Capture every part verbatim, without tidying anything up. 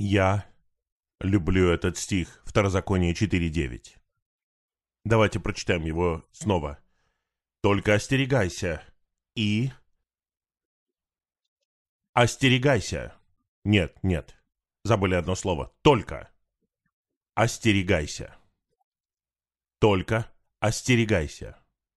Я люблю этот стих, Второзаконие четыре девять. Давайте прочитаем его снова. «Только остерегайся и...» «Остерегайся». Нет, нет, забыли одно слово. «Только остерегайся». «Только остерегайся».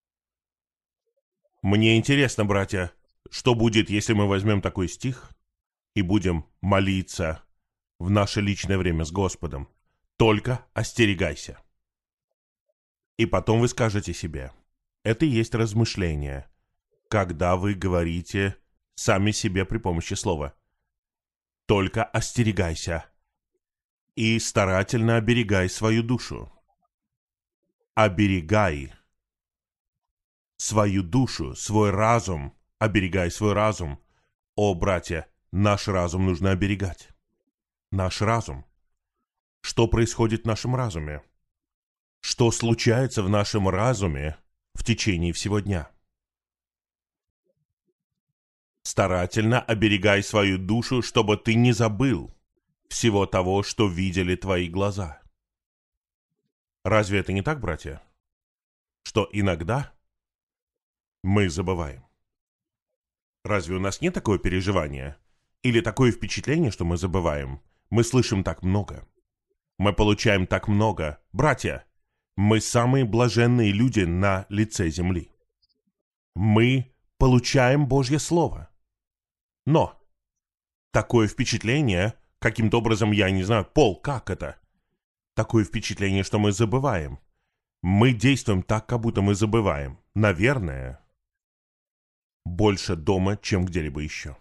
Мне интересно, братья, что будет, если мы возьмем такой стих и будем молиться в наше личное время с Господом. Только остерегайся. И потом вы скажете себе, это и есть размышление, когда вы говорите сами себе при помощи слова. Только остерегайся и старательно оберегай свою душу. Оберегай свою душу, свой разум, оберегай свой разум. О, братья, наш разум нужно оберегать. Наш разум. Что происходит в нашем разуме? Что случается в нашем разуме в течение всего дня? Старательно оберегай свою душу, чтобы ты не забыл всего того, что видели твои глаза. Разве это не так, братья? Что иногда мы забываем. Разве у нас нет такого переживания? Или такое впечатление, что мы забываем? Мы слышим так много. Мы получаем так много. Братья, мы самые блаженные люди на лице земли. Мы получаем Божье Слово. Но такое впечатление, каким-то образом, я не знаю, Пол, как это? Такое впечатление, что мы забываем. Мы действуем так, как будто мы забываем. Наверное, больше дома, чем где-либо еще.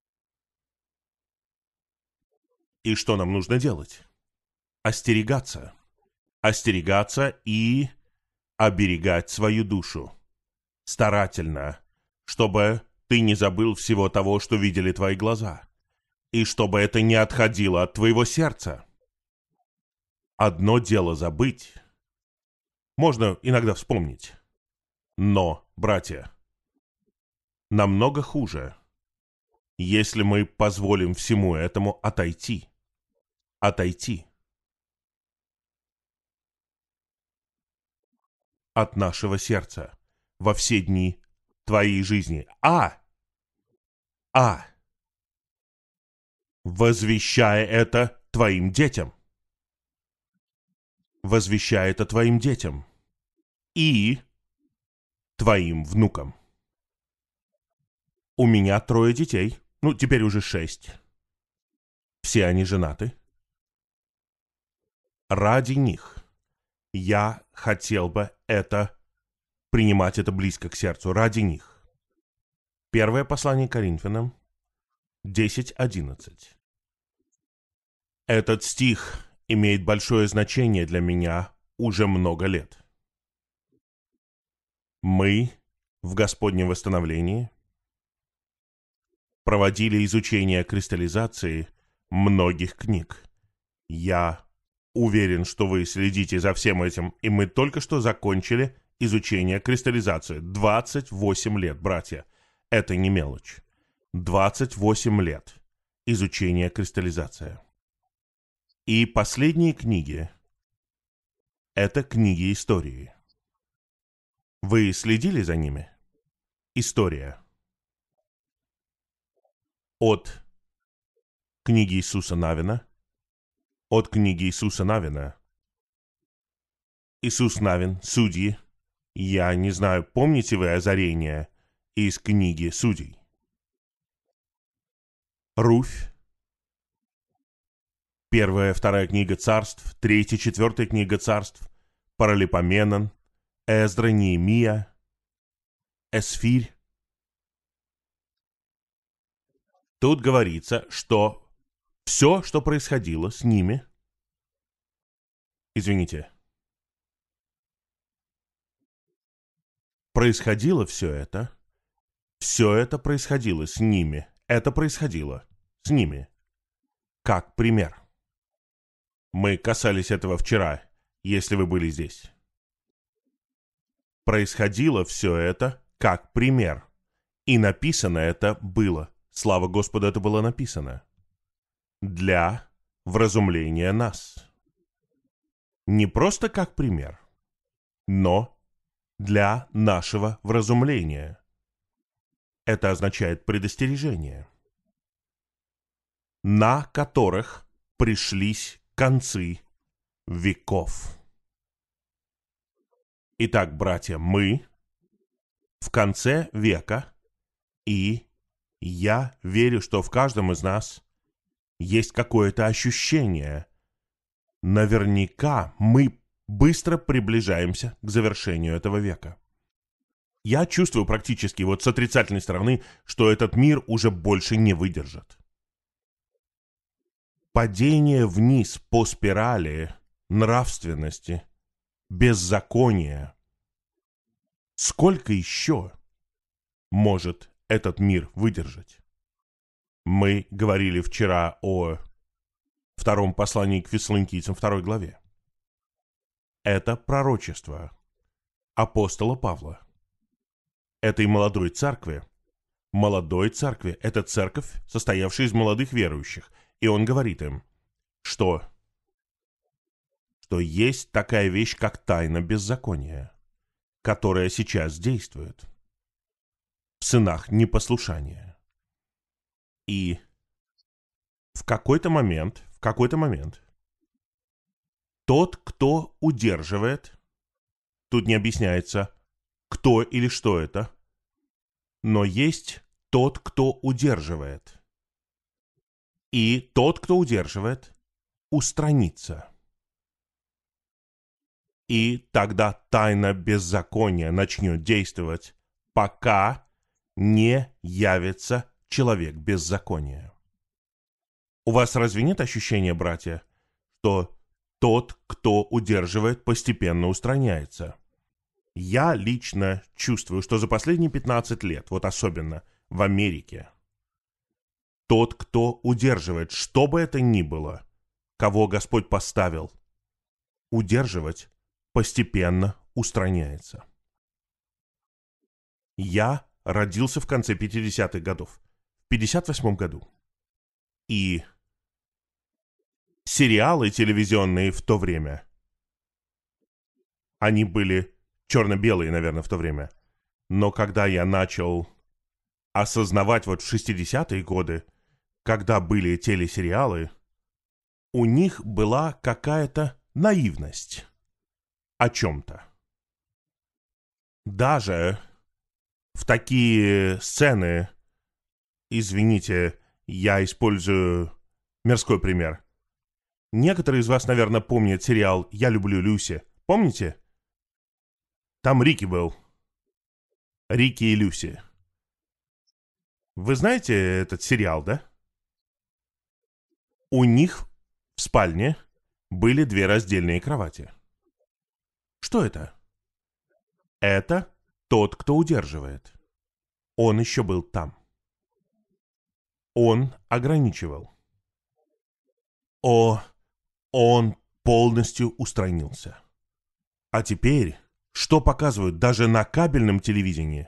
И что нам нужно делать? Остерегаться. Остерегаться и оберегать свою душу. Старательно, чтобы ты не забыл всего того, что видели твои глаза. И чтобы это не отходило от твоего сердца. Одно дело забыть. Можно иногда вспомнить. Но, братья, намного хуже, если мы позволим всему этому отойти. Отойти от нашего сердца во все дни твоей жизни. А! А! Возвещая это твоим детям. Возвещая это твоим детям. И твоим внукам. У меня трое детей. Ну, теперь уже шесть. Все они женаты. Ради них я хотел бы это, принимать это близко к сердцу. Ради них. Первое послание Коринфянам десять одиннадцать. Этот стих имеет большое значение для меня уже много лет. Мы в Господнем восстановлении проводили изучение кристаллизации многих книг. Я уверен, что вы следите за всем этим, и мы только что закончили изучение кристаллизации. двадцать восемь лет, братья. Это не мелочь. двадцать восемь лет изучения кристаллизации. И последние книги — это книги истории. Вы следили за ними? История. От книги Иисуса Навина. От книги Иисуса Навина. Иисус Навин, Судьи. Я не знаю, помните вы озарение из книги Судей? Руфь. Первая, вторая книга Царств, третья, четвертая книга Царств, Паралипоменон, Эздра, Неемия, Эсфирь. Тут говорится, что все, что происходило с ними, извините, происходило все это, все это происходило с ними, это происходило с ними, как пример. Мы касались этого вчера, если вы были здесь. Происходило все это как пример, и написано это было. Слава Господу, это было написано. Для вразумления нас. Не просто как пример, но для нашего вразумления. Это означает предостережение, на которых пришлись концы веков. Итак, братья, мы в конце века, и я верю, что в каждом из нас есть какое-то ощущение. Наверняка мы быстро приближаемся к завершению этого века. Я чувствую практически вот с отрицательной стороны, что этот мир уже больше не выдержит. Падение вниз по спирали нравственности, беззакония. Сколько еще может этот мир выдержать? Мы говорили вчера о втором послании к Фессалоникийцам, второй главе. Это пророчество апостола Павла. Этой молодой церкви, молодой церкви, это церковь, состоявшая из молодых верующих, и он говорит им, что, что есть такая вещь, как тайна беззакония, которая сейчас действует в сынах непослушания. И в какой-то момент, в какой-то момент тот, кто удерживает, тут не объясняется, кто или что это, но есть тот, кто удерживает. И тот, кто удерживает, устранится. И тогда тайна беззакония начнет действовать, пока не явится человек беззакония. У вас разве нет ощущения, братья, что тот, кто удерживает, постепенно устраняется? Я лично чувствую, что за последние пятнадцать лет, вот особенно в Америке, тот, кто удерживает, что бы это ни было, кого Господь поставил, удерживать постепенно устраняется. Я родился в конце пятидесятых годов, в пятьдесят восьмом году. И сериалы телевизионные в то время, они были черно-белые, наверное, в то время. Но когда я начал осознавать вот в шестидесятые годы, когда были телесериалы, у них была какая-то наивность о чем-то. Даже в такие сцены, извините, я использую мирской пример. Некоторые из вас, наверное, помнят сериал «Я люблю Люси». Помните? Там Рики был. Рики и Люси. Вы знаете этот сериал, да? У них в спальне были две раздельные кровати. Что это? Это тот, кто удерживает. Он еще был там. Он ограничивал. О, он полностью устранился. А теперь, что показывают даже на кабельном телевидении?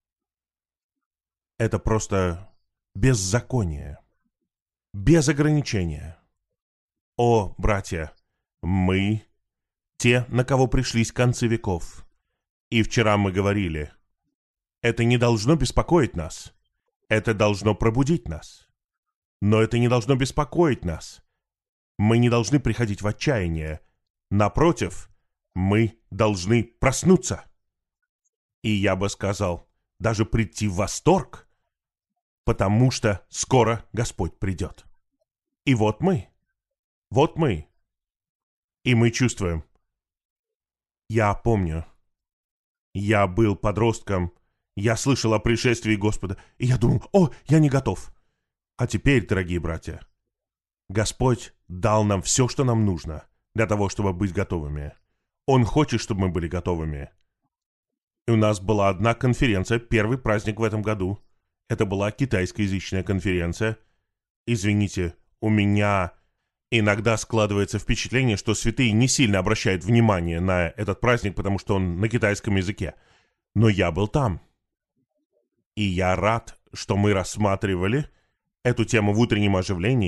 Это просто беззаконие. Без ограничения. О, братья, мы те, на кого пришлись концы веков. И вчера мы говорили, это не должно беспокоить нас. Это должно пробудить нас. Но это не должно беспокоить нас. Мы не должны приходить в отчаяние. Напротив, мы должны проснуться. И я бы сказал, даже прийти в восторг, потому что скоро Господь придет. И вот мы, вот мы, и мы чувствуем. Я помню, я был подростком, я слышал о пришествии Господа, и я думал, о, я не готов. А теперь, дорогие братья, Господь дал нам все, что нам нужно для того, чтобы быть готовыми. Он хочет, чтобы мы были готовыми. И у нас была одна конференция, первый праздник в этом году. Это была китайскоязычная конференция. Извините, у меня иногда складывается впечатление, что святые не сильно обращают внимание на этот праздник, потому что он на китайском языке. Но я был там. И я рад, что мы рассматривали эту тему в утреннем оживлении,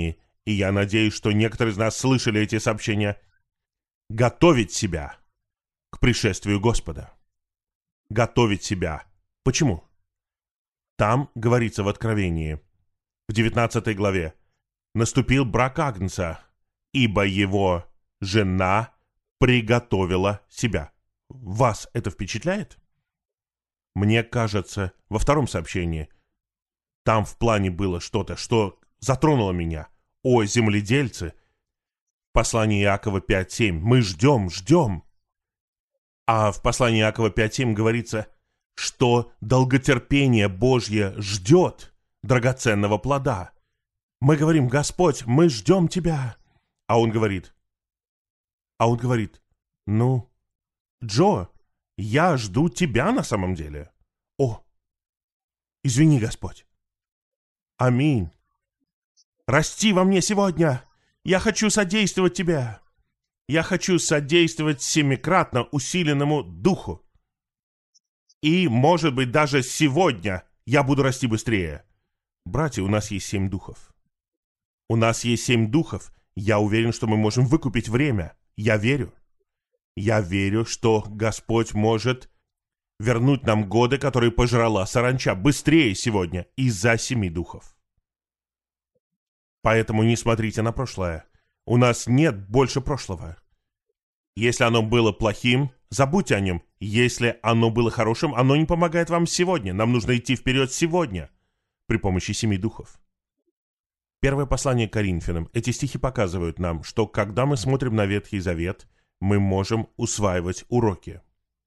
и я надеюсь, что некоторые из нас слышали эти сообщения, готовить себя к пришествию Господа. Готовить себя. Почему? Там говорится в Откровении, в девятнадцатой главе, наступил брак Агнца, ибо его жена приготовила себя. Вас это впечатляет? Мне кажется, во втором сообщении, там в плане было что-то, что затронуло меня. О, земледельцы! В послании Иакова пять семь. Мы ждем, ждем. А в послании Иакова пять семь говорится, что долготерпение Божье ждет драгоценного плода. Мы говорим: Господь, мы ждем Тебя. А Он говорит, а Он говорит, ну, Джо, я жду Тебя на самом деле. О, извини, Господь. Аминь. Расти во мне сегодня. Я хочу содействовать Тебе. Я хочу содействовать семикратно усиленному духу. И, может быть, даже сегодня я буду расти быстрее. Братья, у нас есть семь духов. У нас есть семь духов. Я уверен, что мы можем выкупить время. Я верю. Я верю, что Господь может вернуть нам годы, которые пожрала саранча, быстрее сегодня из-за семи духов. Поэтому не смотрите на прошлое. У нас нет больше прошлого. Если оно было плохим, забудьте о нем. Если оно было хорошим, оно не помогает вам сегодня. Нам нужно идти вперед сегодня при помощи семи духов. Первое послание к Коринфянам. Эти стихи показывают нам, что когда мы смотрим на Ветхий Завет, мы можем усваивать уроки.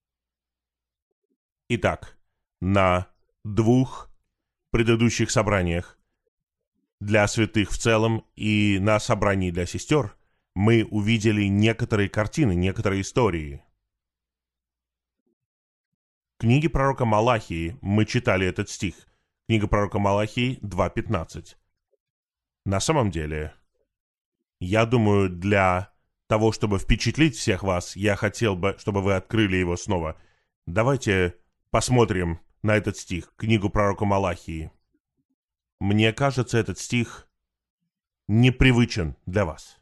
Итак, на двух предыдущих собраниях для святых в целом и на собрании для сестер мы увидели некоторые картины, некоторые истории. В книге пророка Малахии мы читали этот стих. Книга пророка Малахии два пятнадцать. На самом деле, я думаю, для того, чтобы впечатлить всех вас, я хотел бы, чтобы вы открыли его снова. Давайте посмотрим на этот стих, книгу пророка Малахии. Мне кажется, этот стих непривычен для вас.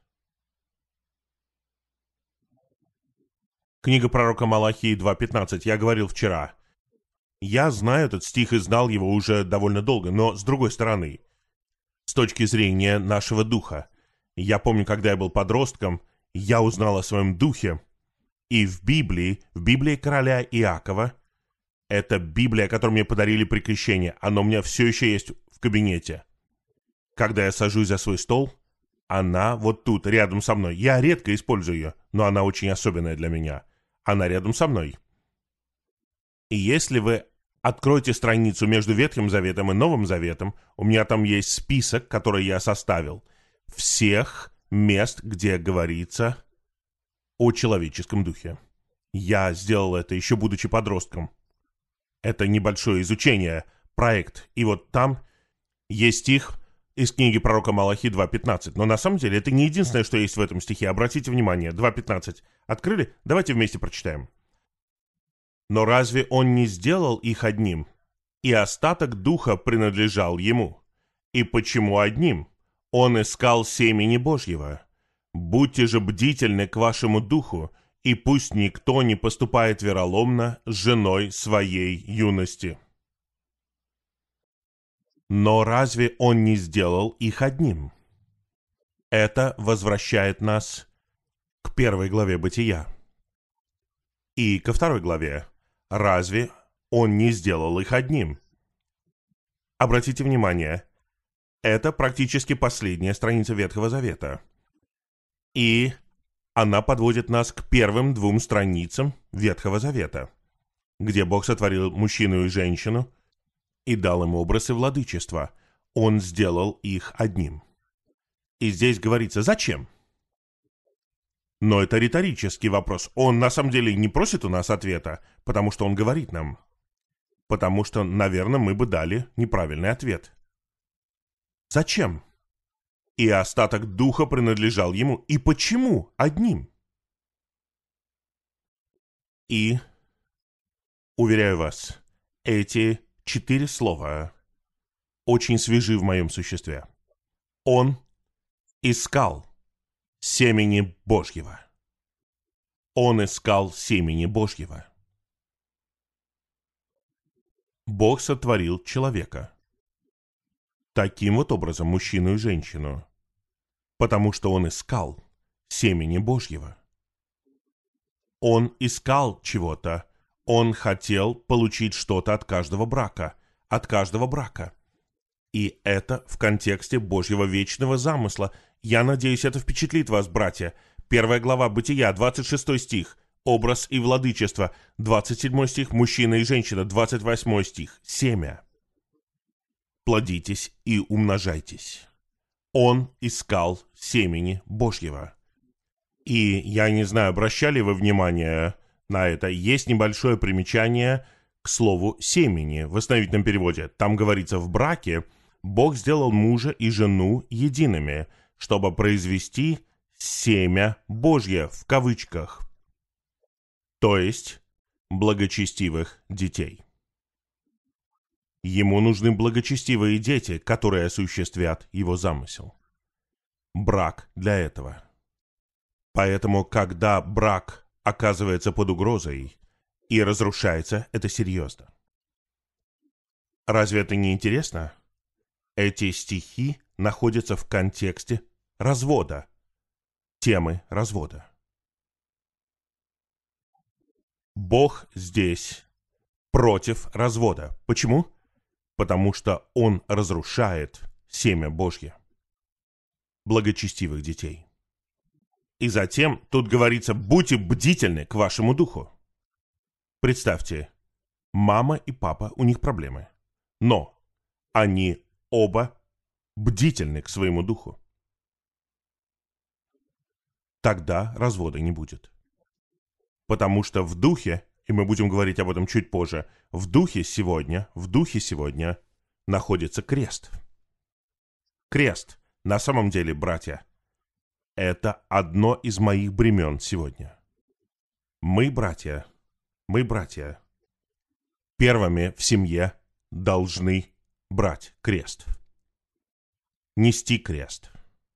Книга пророка Малахии два пятнадцать. Я говорил вчера. Я знаю этот стих и знал его уже довольно долго, но с другой стороны, с точки зрения нашего духа. Я помню, когда я был подростком, я узнал о своем духе. И в Библии, в Библии короля Иакова, это Библия, которую мне подарили при крещении, она у меня все еще есть в кабинете. Когда я сажусь за свой стол, она вот тут, рядом со мной. Я редко использую ее, но она очень особенная для меня. Она рядом со мной. И если вы откроете страницу между Ветхим Заветом и Новым Заветом, у меня там есть список, который я составил, всех мест, где говорится о человеческом духе. Я сделал это еще будучи подростком. Это небольшое изучение, проект. И вот там есть стих из книги пророка Малахии два пятнадцать. Но на самом деле это не единственное, что есть в этом стихе. Обратите внимание, два пятнадцать. Открыли? Давайте вместе прочитаем. «Но разве он не сделал их одним? И остаток духа принадлежал ему. И почему одним? Он искал семени Божьего. Будьте же бдительны к вашему духу, и пусть никто не поступает вероломно с женой своей юности». Но разве он не сделал их одним? Это возвращает нас к первой главе Бытия. И ко второй главе. Разве он не сделал их одним? Обратите внимание, это практически последняя страница Ветхого Завета. И она подводит нас к первым двум страницам Ветхого Завета, где Бог сотворил мужчину и женщину и дал им образ и владычество. Он сделал их одним. И здесь говорится, зачем? Но это риторический вопрос. Он на самом деле не просит у нас ответа, потому что он говорит нам. Потому что, наверное, мы бы дали неправильный ответ. Зачем? И остаток духа принадлежал ему. И почему одним? И, уверяю вас, эти четыре слова очень свежи в моем существе. Он искал семени Божьего. Он искал семени Божьего. Бог сотворил человека. Таким вот образом мужчину и женщину. Потому что он искал семени Божьего. Он искал чего-то. Он хотел получить что-то от каждого брака. От каждого брака. И это в контексте Божьего вечного замысла. Я надеюсь, это впечатлит вас, братья. Первая глава Бытия, двадцать шестой стих. Образ и владычество. двадцать седьмой стих. Мужчина и женщина. двадцать восьмой стих. Семя. Плодитесь и умножайтесь. Он искал семени Божьего. И я не знаю, обращали вы внимание на это. Есть небольшое примечание к слову «семени» в основительном переводе. Там говорится: в браке Бог сделал мужа и жену едиными, чтобы произвести семя Божье в кавычках, то есть благочестивых детей. Ему нужны благочестивые дети, которые осуществят его замысел. Брак для этого. Поэтому, когда брак оказывается под угрозой и разрушается, это серьезно. Разве это не интересно? Эти стихи находятся в контексте развода, темы развода. Бог здесь против развода. Почему? Потому что Он разрушает семя Божье, благочестивых детей. И затем тут говорится: будьте бдительны к вашему духу. Представьте, мама и папа, у них проблемы, но они оба бдительны к своему духу. Тогда развода не будет. Потому что в духе, и мы будем говорить об этом чуть позже, в духе сегодня, в духе сегодня находится крест. Крест, на самом деле, братья, это одно из моих бремен сегодня. Мы, братья, мы, братья, первыми в семье должны брать крест. Нести крест.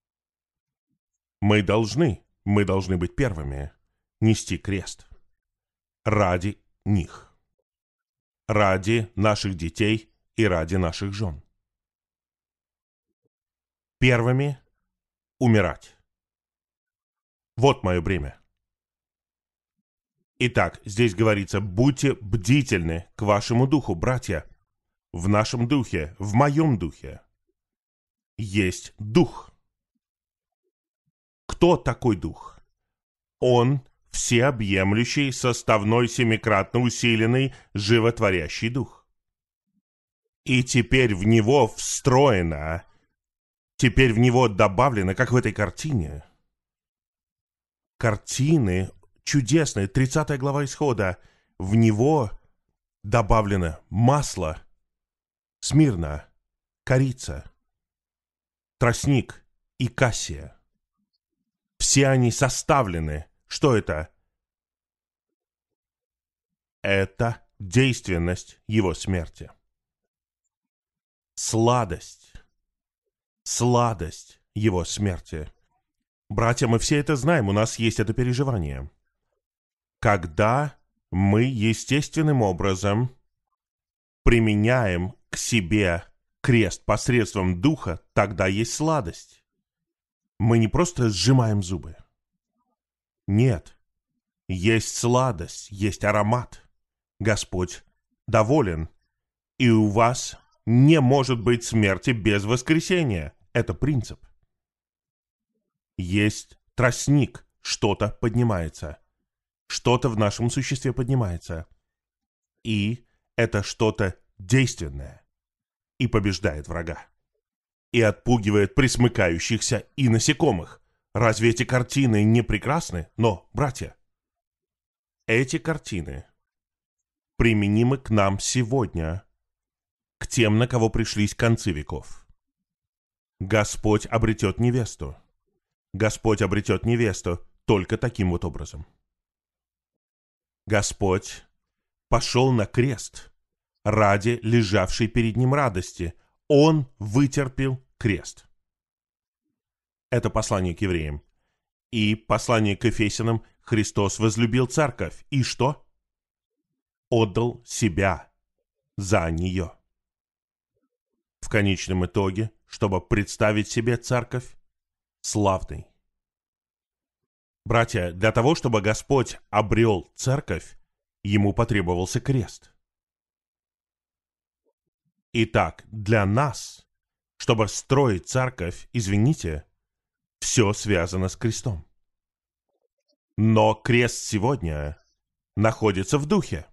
Мы должны, мы должны быть первыми нести крест. Ради них. Ради наших детей и ради наших жен. Первыми умирать. Вот мое бремя. Итак, здесь говорится: будьте бдительны к вашему духу, братья. В нашем духе, в моем духе есть дух. Кто такой дух? Он всеобъемлющий, составной, семикратно усиленный, животворящий дух. И теперь в него встроено, теперь в него добавлено, как в этой картине. Картины чудесные, тридцатая глава Исхода. В него добавлено масло, смирна, корица, тростник и кассия. Все они составлены. Что это? Это действенность его смерти. Сладость. Сладость его смерти. Братья, мы все это знаем, у нас есть это переживание. Когда мы естественным образом применяем к себе крест посредством духа, тогда есть сладость. Мы не просто сжимаем зубы. Нет. Есть сладость, есть аромат. Господь доволен. И у вас не может быть смерти без воскресения. Это принцип. Есть тростник, что-то поднимается. Что-то в нашем существе поднимается. И это что-то действенное. И побеждает врага. И отпугивает пресмыкающихся и насекомых. Разве эти картины не прекрасны? Но, братья, эти картины применимы к нам сегодня, к тем, на кого пришлись концы веков. Господь обретет невесту. Господь обретет невесту только таким вот образом. Господь пошел на крест ради лежавшей перед ним радости. Он вытерпел крест. это послание к евреям. И послание к Ефесянам Христос возлюбил церковь. И что? Отдал себя за нее. В конечном итоге, чтобы представить себе церковь славной. Братья, для того, чтобы Господь обрел церковь, ему потребовался крест. Итак, для нас, чтобы строить церковь, извините, все связано с крестом. Но крест сегодня находится в духе.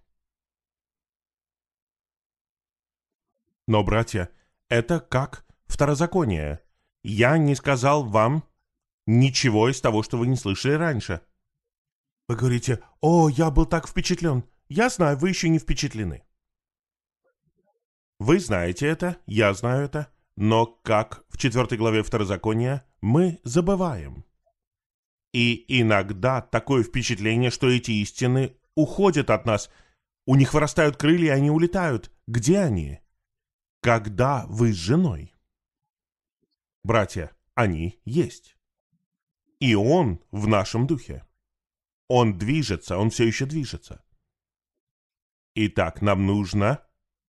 Но, братья, это как второзаконие. Я не сказал вам ничего из того, что вы не слышали раньше. Вы говорите: «О, я был так впечатлен». Я знаю, вы еще не впечатлены. Вы знаете это, я знаю это, но, как в четвертой главе Второзакония, мы забываем. И иногда такое впечатление, что эти истины уходят от нас. У них вырастают крылья, и они улетают. Где они? Когда вы с женой? Братья, они есть. И он в нашем духе. Он движется, он все еще движется. Итак, нам нужно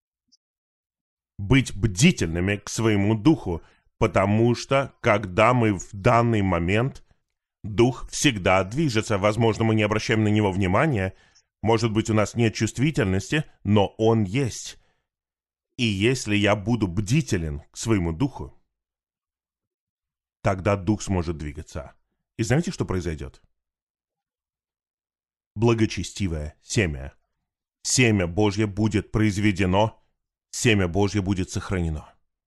быть бдительными к своему духу, потому что, когда мы в данный момент, дух всегда движется. Возможно, мы не обращаем на него внимания, может быть, у нас нет чувствительности, но он есть. И если я буду бдителен к своему духу, тогда дух сможет двигаться. И знаете, что произойдет? Благочестивое семя. Семя Божье будет произведено, семя Божье будет сохранено.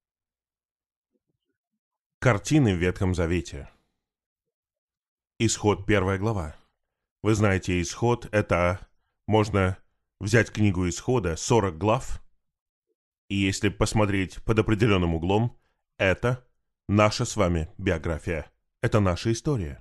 Картины в Ветхом Завете. Исход, первая глава. Вы знаете, Исход — это... Можно взять книгу Исхода, сорок глав, и если посмотреть под определенным углом, это наша с вами биография. Это наша история.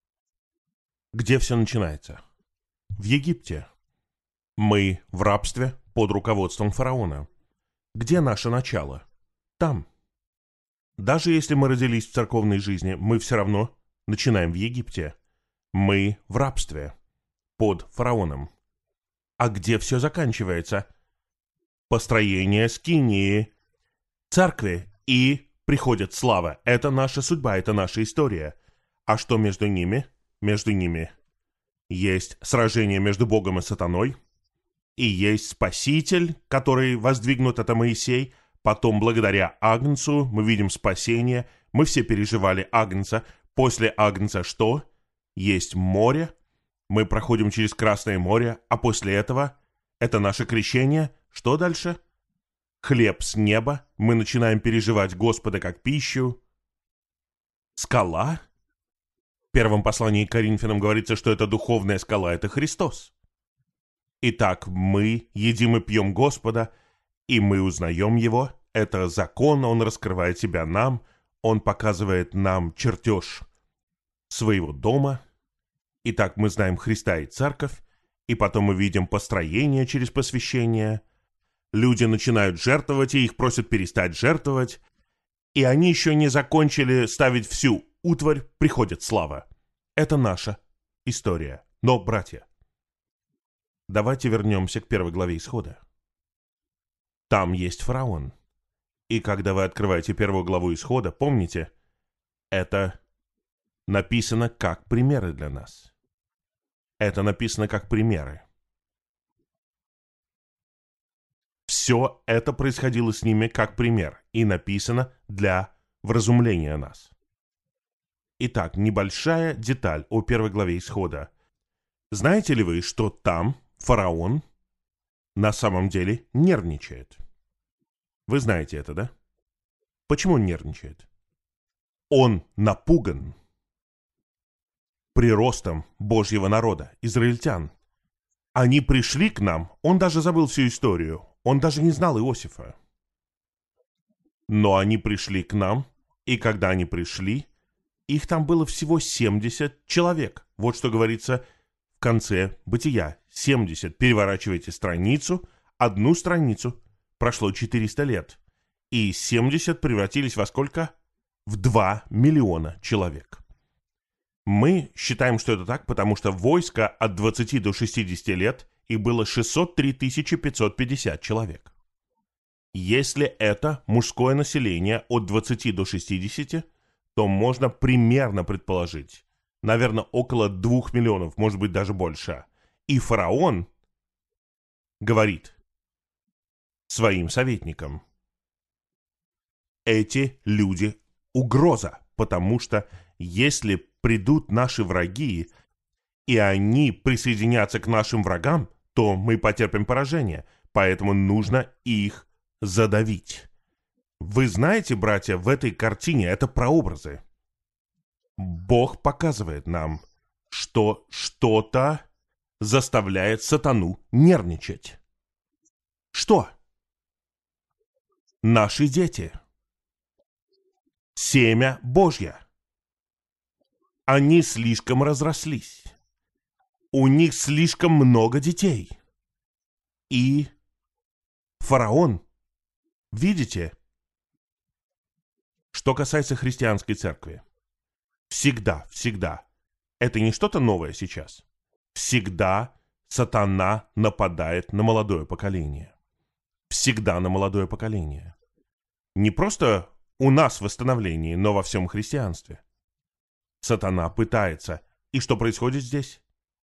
Где все начинается? В Египте. Мы в рабстве под руководством фараона. Где наше начало? Там. Даже если мы родились в церковной жизни, мы все равно начинаем в Египте. Мы в рабстве под фараоном. А где все заканчивается? Построение скинии, церкви, и приходит слава. Это наша судьба, это наша история. А что между ними? Между ними есть сражение между Богом и сатаной, и есть Спаситель, который воздвигнут, это Моисей. Потом, благодаря Агнцу, мы видим спасение. Мы все переживали Агнца. После Агнца что? Есть море. Мы проходим через Красное море, а после этого это наше крещение. Что дальше? Хлеб с неба. Мы начинаем переживать Господа как пищу. Скала. В первом послании к Коринфянам говорится, что это духовная скала, это Христос. Итак, мы едим и пьем Господа, и мы узнаем Его. Это закон, Он раскрывает себя нам, Он показывает нам чертеж своего дома. Итак, мы знаем Христа и Церковь, и потом мы видим построение через посвящение. Люди начинают жертвовать, и их просят перестать жертвовать. И они еще не закончили ставить всю утварь, приходит слава. Это наша история. Но, братья, давайте вернемся к первой главе Исхода. Там есть фараон. И когда вы открываете первую главу Исхода, помните, это написано как примеры для нас. Это написано как примеры. Все это происходило с ними как пример и написано для вразумления нас. Итак, небольшая деталь о первой главе Исхода. Знаете ли вы, что там фараон на самом деле нервничает? Вы знаете это, да? Почему он нервничает? Он напуган приростом Божьего народа, израильтян. Они пришли к нам, он даже забыл всю историю, он даже не знал Иосифа. Но они пришли к нам, и когда они пришли, их там было всего семьдесят человек. Вот что говорится в конце Бытия. семьдесят. Переворачивайте страницу, одну страницу. Прошло четыреста лет. И семьдесят превратились во сколько? в два миллиона человек. Мы считаем, что это так, потому что войско от двадцати до шестидесяти лет их было шестьсот три тысячи пятьсот пятьдесят человек. Если это мужское население от двадцати до шестидесяти, то можно примерно предположить, наверное, около двух миллионов, может быть, даже больше. И фараон говорит своим советникам: эти люди угроза, потому что если придут наши враги, и они присоединятся к нашим врагам, то мы потерпим поражение, поэтому нужно их задавить. Вы знаете, братья, в этой картине это прообразы. Бог показывает нам, что что-то заставляет сатану нервничать. Что? Наши дети. Семя Божье. Они слишком разрослись. У них слишком много детей. И фараон, видите, что касается христианской церкви, всегда, всегда, это не что-то новое сейчас, всегда сатана нападает на молодое поколение. Всегда на молодое поколение. Не просто у нас в восстановлении, но во всем христианстве. Сатана пытается. И что происходит здесь?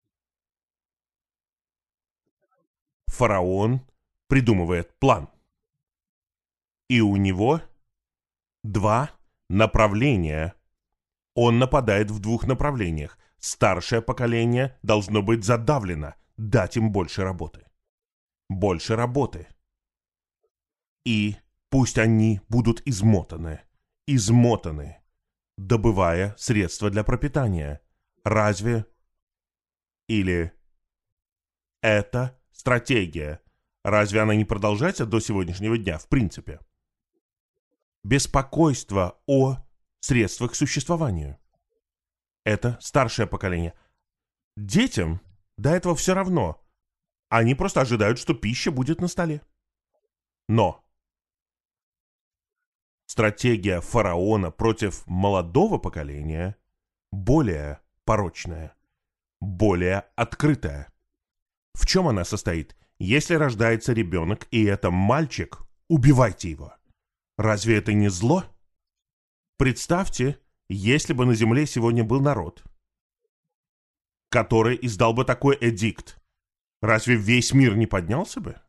Фараон придумывает план. И у него два направления. Он нападает в двух направлениях. Старшее поколение должно быть задавлено, дать им больше работы. Больше работы. И пусть они будут измотаны, измотаны, добывая средства для пропитания. Разве? Или это стратегия? Разве она не продолжается до сегодняшнего дня, в принципе? Беспокойство о средствах к существованию. Это старшее поколение. Детям до этого все равно. Они просто ожидают, что пища будет на столе. Но стратегия фараона против молодого поколения более порочная, более открытая. В чем она состоит? Если рождается ребенок, и это мальчик, убивайте его. Разве это не зло? Представьте, если бы на земле сегодня был народ, который издал бы такой эдикт, разве весь мир не поднялся бы?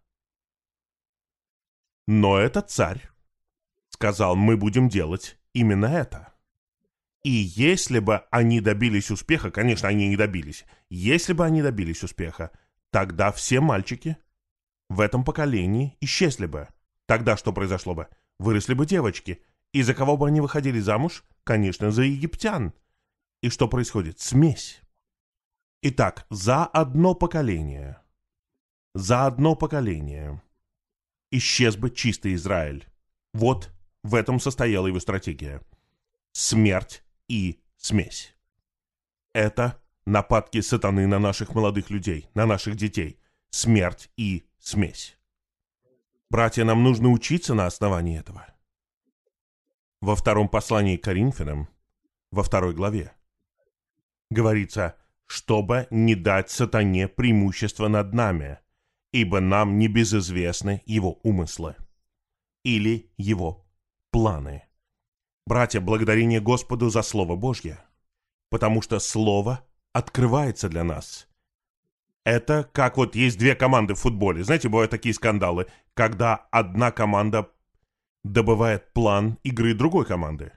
Но этот царь сказал: мы будем делать именно это. И если бы они добились успеха, конечно, они не добились, если бы они добились успеха, тогда все мальчики в этом поколении исчезли бы. Тогда что произошло бы? Выросли бы девочки. И за кого бы они выходили замуж? Конечно, за египтян. И что происходит? Смесь. Итак, за одно поколение, за одно поколение исчез бы чистый Израиль. Вот в этом состояла его стратегия. Смерть и смесь. Это нападки сатаны на наших молодых людей, на наших детей. Смерть и смесь. Братья, нам нужно учиться на основании этого. Во втором послании к Коринфянам, во второй главе, говорится: чтобы не дать сатане преимущество над нами, ибо нам не безызвестны его умыслы или его планы. Братья, благодарение Господу за Слово Божье, потому что Слово открывается для нас. Это как вот есть две команды в футболе. Знаете, бывают такие скандалы, когда одна команда добывает план игры другой команды.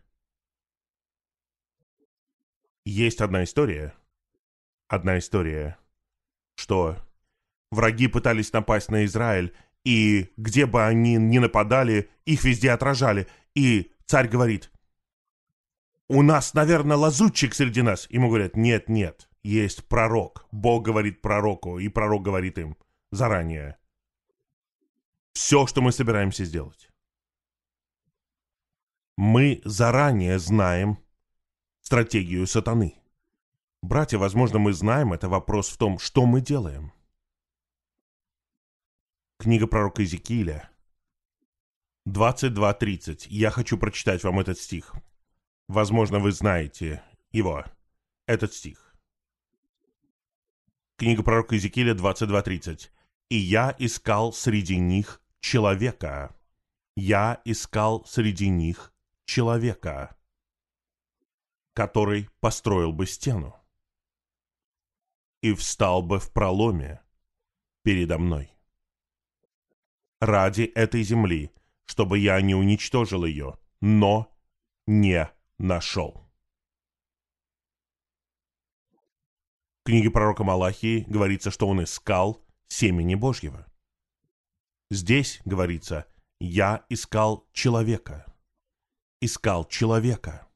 Есть одна история, одна история, что враги пытались напасть на Израиль, и где бы они ни нападали, их везде отражали. И царь говорит: у нас, наверное, лазутчик среди нас. Ему говорят: нет, нет, есть пророк. Бог говорит пророку, и пророк говорит им заранее все, что мы собираемся сделать. Мы заранее знаем стратегию сатаны. Братья, возможно, мы знаем, это вопрос в том, что мы делаем. Книга пророка Иезекииля, двадцать два тридцать. Я хочу прочитать вам этот стих. Возможно, вы знаете его, этот стих. Книга пророка Иезекииля двадцать два тридцать. «И я искал среди них человека. Я искал среди них человека, который построил бы стену и встал бы в проломе передо мной. Ради этой земли, чтобы я не уничтожил ее, но не нашел». В книге пророка Малахии говорится, что он искал семени Божьего. Здесь говорится: «Я искал человека». Искал человека,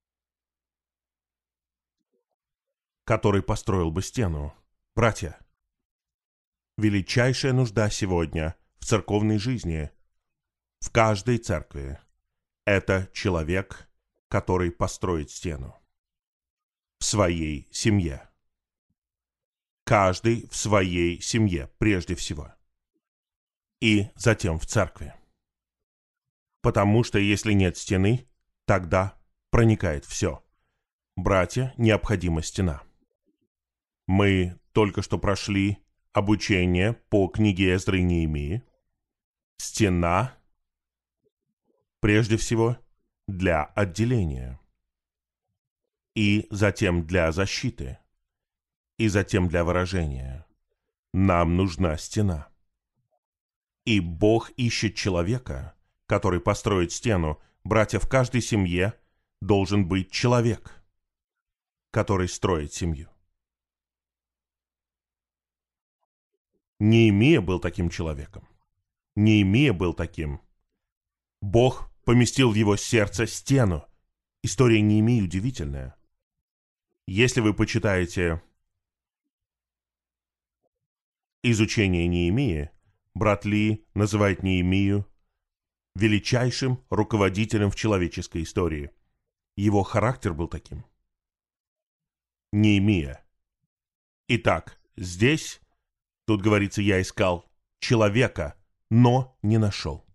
который построил бы стену. Братья, величайшая нужда сегодня в церковной жизни, в каждой церкви, это человек, который построит стену в своей семье. Каждый в своей семье, прежде всего. И затем в церкви. Потому что если нет стены, тогда проникает все. Братья, необходима стена. Мы только что прошли обучение по книге Эзры и Неемии. Стена, прежде всего, для отделения. И затем для защиты. И затем для выражения. Нам нужна стена. И Бог ищет человека, который построит стену. Братья, в каждой семье должен быть человек, который строит семью. Неемия был таким человеком. Неемия был таким. Бог поместил в его сердце стену. История Неемии удивительная. Если вы почитаете изучение Неемии, брат Ли называет Неемию величайшим руководителем в человеческой истории. Его характер был таким. Неемия. Итак, здесь, тут говорится, я искал человека, но не нашел.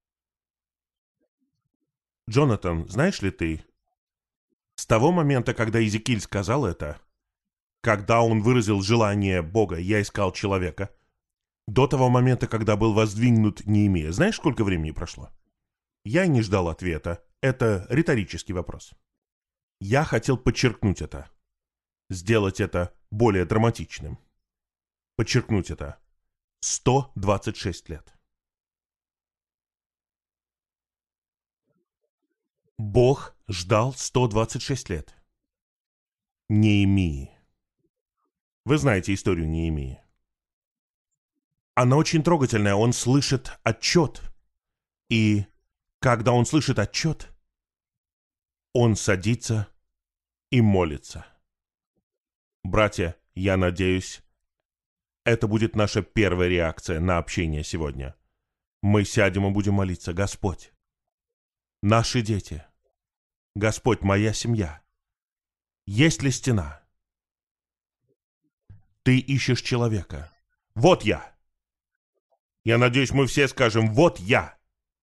Джонатан, знаешь ли ты, с того момента, когда Иезекииль сказал это, когда он выразил желание Бога, я искал человека, до того момента, когда был воздвигнут Неемия, знаешь, сколько времени прошло? Я не ждал ответа. Это риторический вопрос. Я хотел подчеркнуть это. Сделать это более драматичным. Подчеркнуть это. сто двадцать шесть лет. Бог ждал сто двадцать шесть лет. Неемии. Вы знаете историю Неемии. Она очень трогательная. Он слышит отчет. И когда он слышит отчет, он садится и молится. Братья, я надеюсь, это будет наша первая реакция на общение сегодня. Мы сядем и будем молиться: Господь, наши дети, Господь, моя семья, есть ли стена? Ты ищешь человека. Вот я. Я надеюсь, мы все скажем: вот я.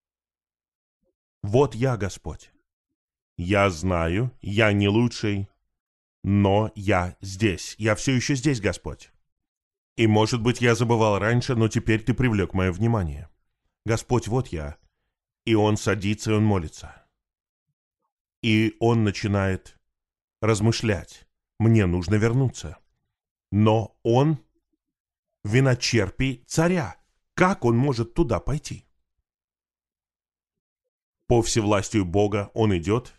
Вот я, Господь. Я знаю, я не лучший, но я здесь. Я все еще здесь, Господь. И, может быть, я забывал раньше, но теперь Ты привлек мое внимание. Господь, вот я. И он садится, и он молится. И он начинает размышлять. Мне нужно вернуться. Но он виночерпий царя. Как он может туда пойти? По всевластию Бога он идет,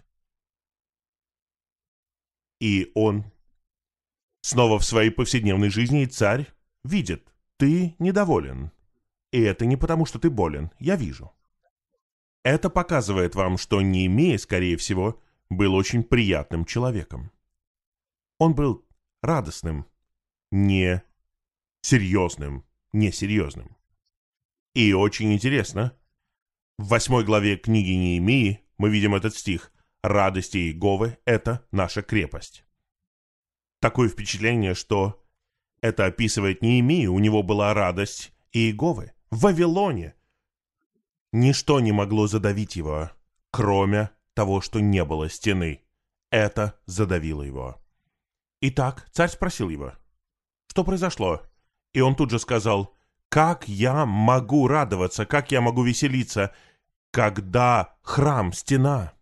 и он снова в своей повседневной жизни, и царь видит: ты недоволен. И это не потому, что ты болен, я вижу. Это показывает вам, что Неемия, скорее всего, был очень приятным человеком. Он был радостным, не серьезным, несерьезным. И очень интересно, в восьмой главе книги Неемии мы видим этот стих: «Радость Иеговы – это наша крепость». Такое впечатление, что это описывает Неемию, у него была радость Иеговы. В Вавилоне ничто не могло задавить его, кроме того, что не было стены. Это задавило его. Итак, царь спросил его, что произошло? И он тут же сказал, как я могу радоваться, как я могу веселиться, когда храм, стена?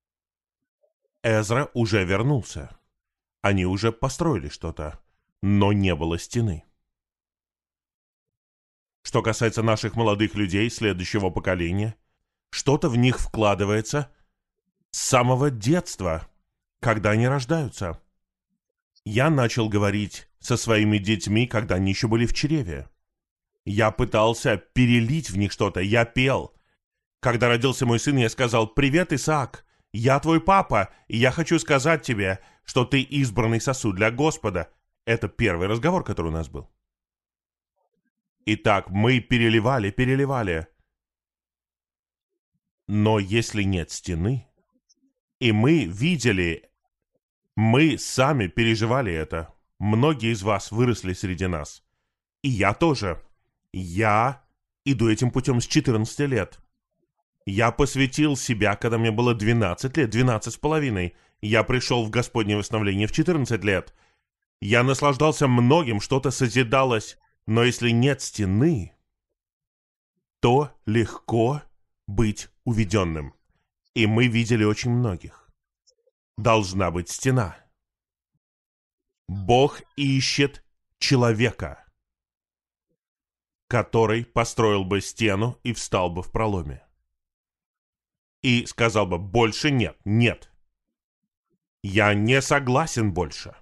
Эзра уже вернулся. Они уже построили что-то, но не было стены. Что касается наших молодых людей следующего поколения, что-то в них вкладывается с самого детства, когда они рождаются. Я начал говорить со своими детьми, когда они еще были в чреве. Я пытался перелить в них что-то, я пел. Когда родился мой сын, я сказал: «Привет, Исаак, я твой папа, и я хочу сказать тебе, что ты избранный сосуд для Господа». Это первый разговор, который у нас был. Итак, мы переливали, переливали. Но если нет стены, и мы видели, мы сами переживали это. Многие из вас выросли среди нас. И я тоже. Я иду этим путем с четырнадцати лет. Я посвятил себя, когда мне было двенадцать лет, двенадцать с половиной. Я пришел в Господне восстановление в четырнадцать лет. Я наслаждался многим, что-то созидалось. Но если нет стены, то легко быть уведенным. И мы видели очень многих. Должна быть стена. Бог ищет человека, который построил бы стену и встал бы в проломе. И сказал бы: больше нет, нет. Я не согласен больше.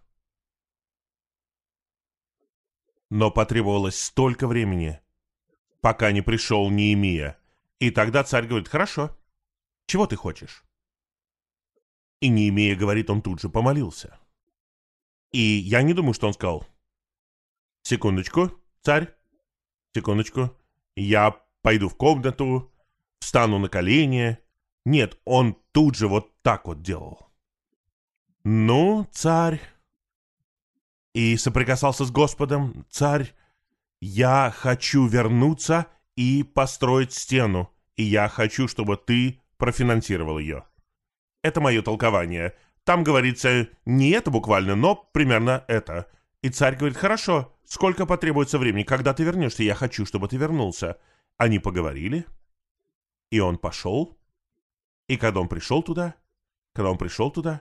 Но потребовалось столько времени, пока не пришел Неемия. И тогда царь говорит: хорошо, чего ты хочешь? И Неемия говорит, он тут же помолился. И я не думаю, что он сказал: секундочку, царь, секундочку, я пойду в комнату, встану на колени. Нет, он тут же вот так вот делал. Ну, царь, и соприкасался с Господом: царь, я хочу вернуться и построить стену, и я хочу, чтобы ты профинансировал ее. Это мое толкование. Там говорится не это буквально, но примерно это. И царь говорит: хорошо, сколько потребуется времени, когда ты вернешься? Я хочу, чтобы ты вернулся. Они поговорили, и он пошел. И когда он пришел туда, когда он пришел туда,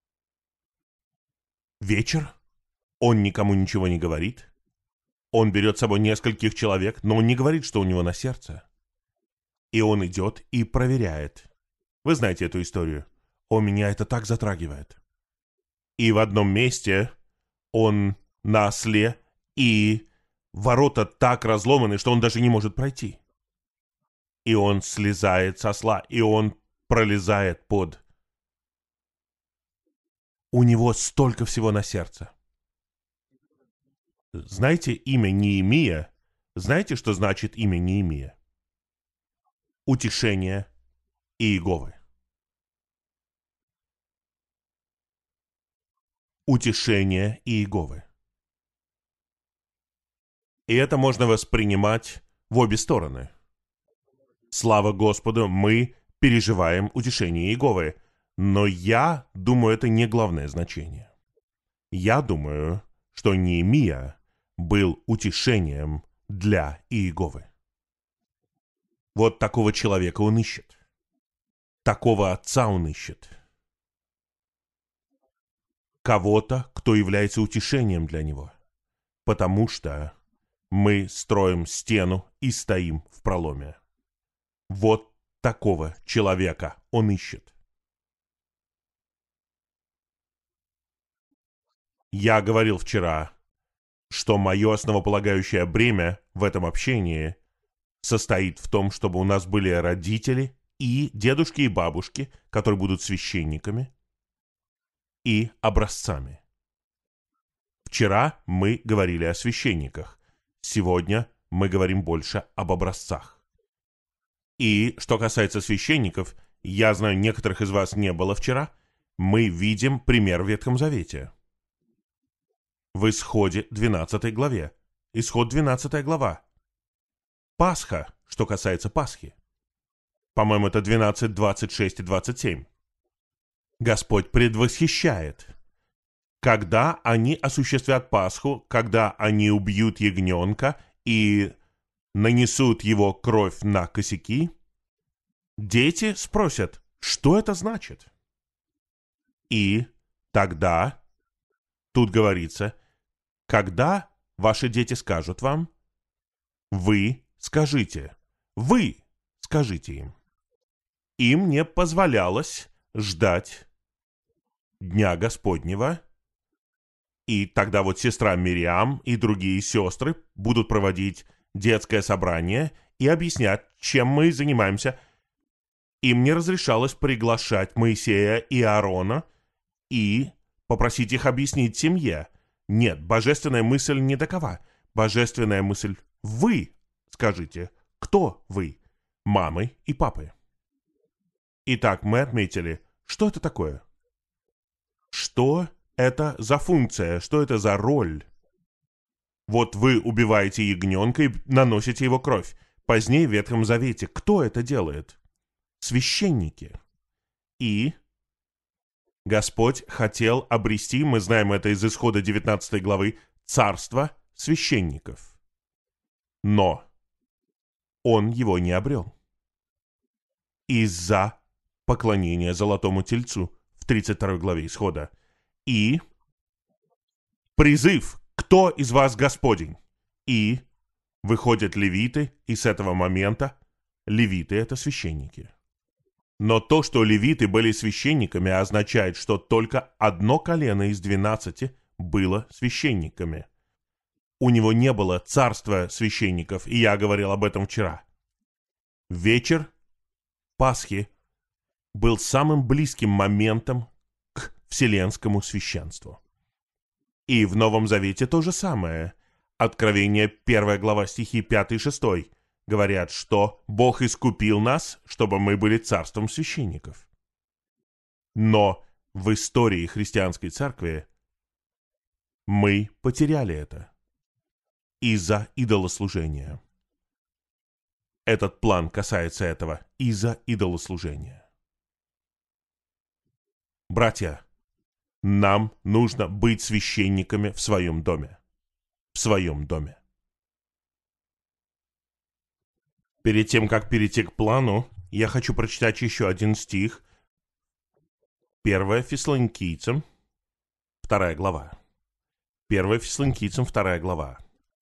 вечер, он никому ничего не говорит. Он берет с собой нескольких человек, но он не говорит, что у него на сердце. И он идет и проверяет. Вы знаете эту историю. О, меня это так затрагивает. И в одном месте он на осле, и ворота так разломаны, что он даже не может пройти. И он слезает со осла, и он пролезает под... У него столько всего на сердце. Знаете имя Неемия? Знаете, что значит имя Неемия? Утешение Иеговы. Утешение Иеговы. И это можно воспринимать в обе стороны. Слава Господу, мы переживаем утешение Иеговы. Но я думаю, это не главное значение. Я думаю, что Неемия был утешением для Иеговы. Вот такого человека он ищет. Такого отца он ищет. Кого-то, кто является утешением для него. Потому что мы строим стену и стоим в проломе. Вот такого человека он ищет. Я говорил вчера, что мое основополагающее бремя в этом общении состоит в том, чтобы у нас были родители и дедушки и бабушки, которые будут священниками и образцами. Вчера мы говорили о священниках. Сегодня мы говорим больше об образцах. И что касается священников, я знаю, некоторых из вас не было вчера, мы видим пример в Ветхом Завете. В Исходе двенадцатой главе. Исход двенадцатая глава. Пасха, что касается Пасхи. По-моему, это двенадцать, двадцать шесть и двадцать семь. Господь предвосхищает. Когда они осуществят Пасху, когда они убьют ягненка и нанесут его кровь на косяки, дети спросят, что это значит? И тогда, тут говорится, когда ваши дети скажут вам, вы скажите, вы скажите им. Им не позволялось ждать Дня Господнего, и тогда вот сестра Мириам и другие сестры будут проводить детское собрание и объяснять, чем мы занимаемся. Им не разрешалось приглашать Моисея и Аарона и попросить их объяснить семье. Нет, божественная мысль не такова. Божественная мысль — вы скажите, кто вы, мамы и папы. Итак, мы отметили, что это такое? Что это за функция? Что это за роль? Вот вы убиваете ягненка и наносите его кровь. Позднее в Ветхом Завете кто это делает? Священники. И Господь хотел обрести, мы знаем это из Исхода девятнадцатой главы, царство священников. Но он его не обрел. Из-за поклонения золотому тельцу в тридцать второй главе Исхода. И призыв «Кто из вас Господень?» И выходят левиты, и с этого момента левиты — это священники. Но то, что левиты были священниками, означает, что только одно колено из двенадцати было священниками. У него не было царства священников, и я говорил об этом вчера. Вечер Пасхи был самым близким моментом к вселенскому священству. И в Новом Завете то же самое. Откровение первая глава стихи пятый и шестой говорят, что Бог искупил нас, чтобы мы были царством священников. Но в истории христианской церкви мы потеряли это из-за идолослужения. Этот план касается этого из-за идолослужения. Братья, нам нужно быть священниками в своем доме. В своем доме. Перед тем, как перейти к плану, я хочу прочитать еще один стих. первое Фессалоникийцам, вторая глава. первое Фессалоникийцам, вторая глава.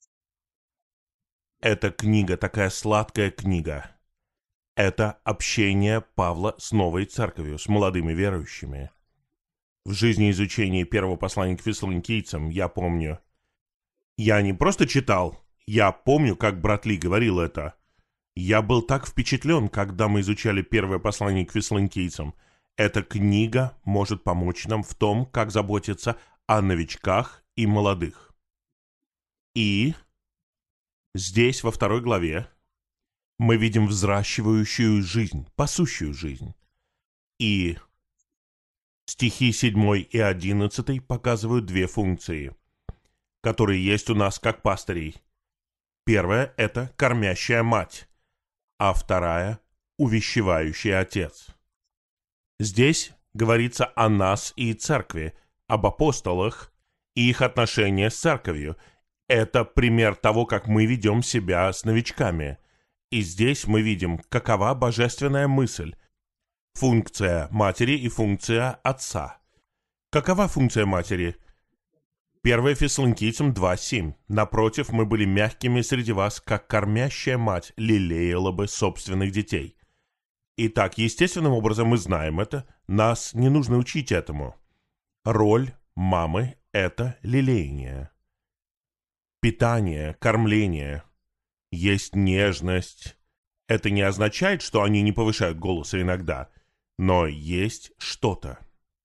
Эта книга, такая сладкая книга. Это общение Павла с новой церковью, с молодыми верующими. В жизни изучения первого послания к Фессалоникийцам я помню. Я не просто читал, я помню, как брат Ли говорил это. Я был так впечатлен, когда мы изучали первое послание к Фессалоникийцам. Эта книга может помочь нам в том, как заботиться о новичках и молодых. И здесь, во второй главе, мы видим взращивающую жизнь, пасущую жизнь. И стихи седьмой и одиннадцатый показывают две функции, которые есть у нас как пастырей. Первая — это кормящая мать, а вторая — увещевающий отец. Здесь говорится о нас и церкви, об апостолах и их отношения с церковью. Это пример того, как мы ведем себя с новичками. И здесь мы видим, какова божественная мысль, функция матери и функция отца. Какова функция матери? первое Фессалоникийцам два семь. Напротив, мы были мягкими среди вас, как кормящая мать лелеяла бы собственных детей. Итак, естественным образом мы знаем это, нас не нужно учить этому. Роль мамы — это лелеяние. Питание, кормление. Есть нежность. Это не означает, что они не повышают голоса иногда, но есть что-то.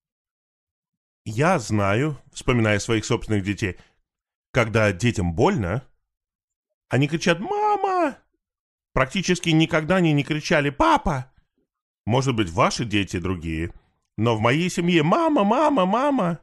Я знаю, вспоминая своих собственных детей, когда детям больно, они кричат «Мама!». Практически никогда они не кричали «Папа!». Может быть, ваши дети другие, но в моей семье «Мама! Мама! Мама!».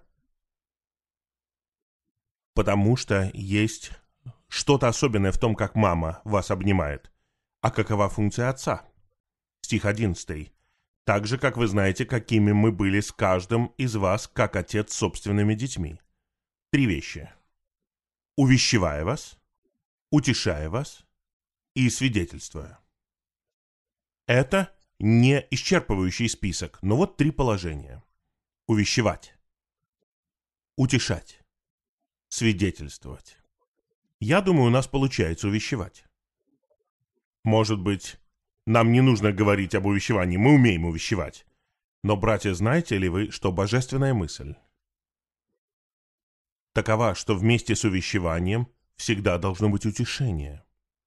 Потому что есть что-то особенное в том, как мама вас обнимает. А какова функция отца? Стих одиннадцатый. Так же, как вы знаете, какими мы были с каждым из вас, как отец с собственными детьми. Три вещи. Увещевая вас, утешая вас и свидетельствуя. Это не исчерпывающий список, но вот три положения. Увещевать, утешать, свидетельствовать. Я думаю, у нас получается увещевать. Может быть, нам не нужно говорить об увещевании, мы умеем увещевать. Но, братья, знаете ли вы, что божественная мысль такова, что вместе с увещеванием всегда должно быть утешение?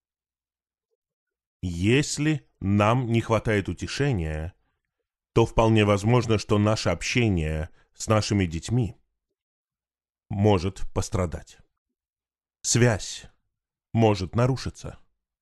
Если нам не хватает утешения, то вполне возможно, что наше общение с нашими детьми может пострадать. Связь может нарушиться.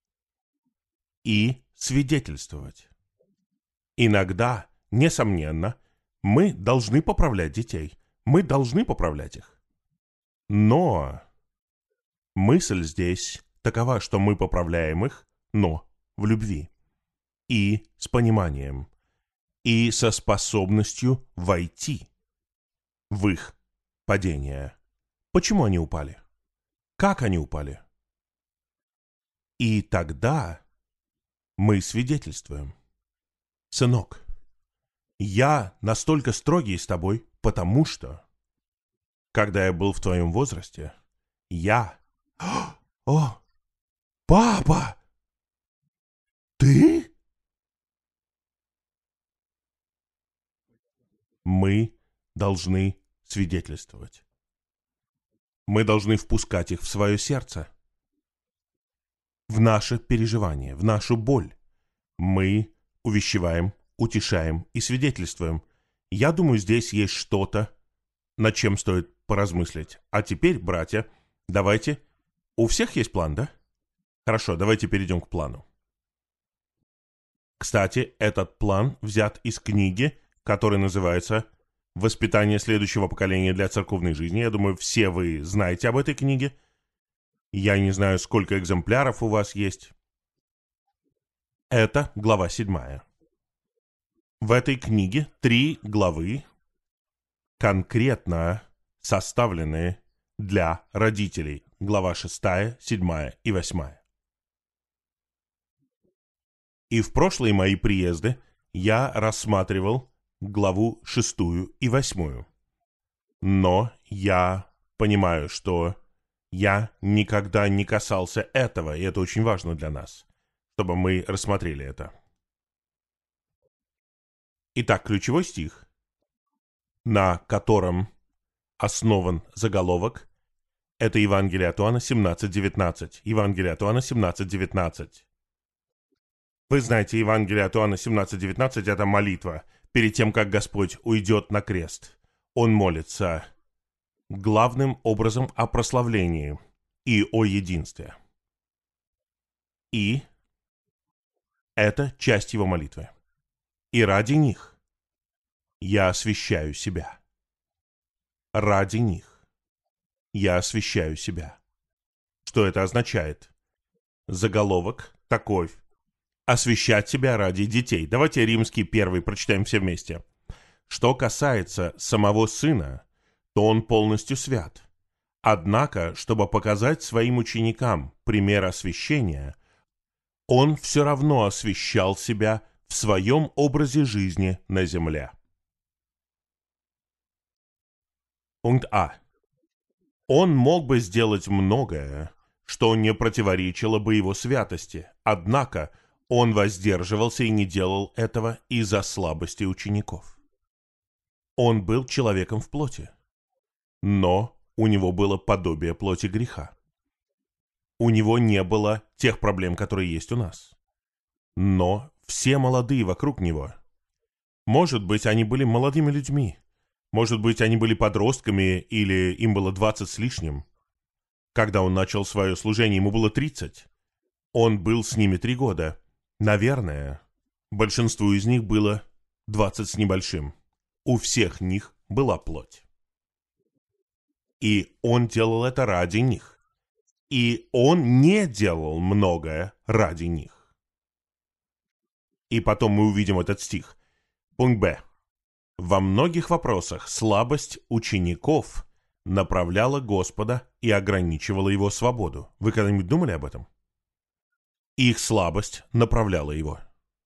И свидетельствовать. Иногда, несомненно, мы должны поправлять детей. Мы должны поправлять их. Но мысль здесь такова, что мы поправляем их, но в любви. И с пониманием. И со способностью войти в их падение. Почему они упали? Как они упали? И тогда мы свидетельствуем. Сынок, я настолько строгий с тобой, потому что, когда я был в твоем возрасте, я... О, папа! Ты? Мы должны свидетельствовать. Мы должны впускать их в свое сердце, в наше переживание, в нашу боль. Мы увещеваем, утешаем и свидетельствуем. Я думаю, здесь есть что-то, над чем стоит поразмыслить. А теперь, братья, давайте... У всех есть план, да? Хорошо, давайте перейдем к плану. Кстати, этот план взят из книги, которая называется «Воспитание следующего поколения для церковной жизни». Я думаю, все вы знаете об этой книге. Я не знаю, сколько экземпляров у вас есть. Это глава седьмая. В этой книге три главы конкретно составлены для родителей. Глава шестая, седьмая и восьмая. И в прошлые мои приезды я рассматривал главу шестую и восьмую. Но я понимаю, что я никогда не касался этого, и это очень важно для нас, чтобы мы рассмотрели это. Итак, ключевой стих, на котором основан заголовок, это Евангелие от Иоанна семнадцать девятнадцать. Евангелие от Иоанна семнадцать девятнадцать. Вы знаете, Евангелие от Иоанна семнадцать девятнадцать – это молитва. Перед тем, как Господь уйдет на крест, Он молится главным образом о прославлении и о единстве. И это часть Его молитвы. И ради них я освящаю себя. Ради них я освящаю себя. Что это означает? Заголовок такой: освящать себя ради детей. Давайте Римский первый прочитаем все вместе. Что касается самого Сына, то Он полностью свят. Однако, чтобы показать своим ученикам пример освящения, Он все равно освящал себя в своем образе жизни на земле. Пункт А. Он мог бы сделать многое, что не противоречило бы Его святости, однако Он воздерживался и не делал этого из-за слабости учеников. Он был человеком в плоти, но у Него было подобие плоти греха. У Него не было тех проблем, которые есть у нас. Но все молодые вокруг Него, может быть, они были молодыми людьми, может быть, они были подростками или им было двадцать с лишним. Когда Он начал свое служение, ему было тридцать. Он был с ними три года. Наверное, большинству из них было двадцать с небольшим. У всех них была плоть. И Он делал это ради них. И Он не делал многое ради них. И потом мы увидим этот стих. Пункт Б. Во многих вопросах слабость учеников направляла Господа и ограничивала его свободу. Вы когда-нибудь думали об этом? Их слабость направляла его.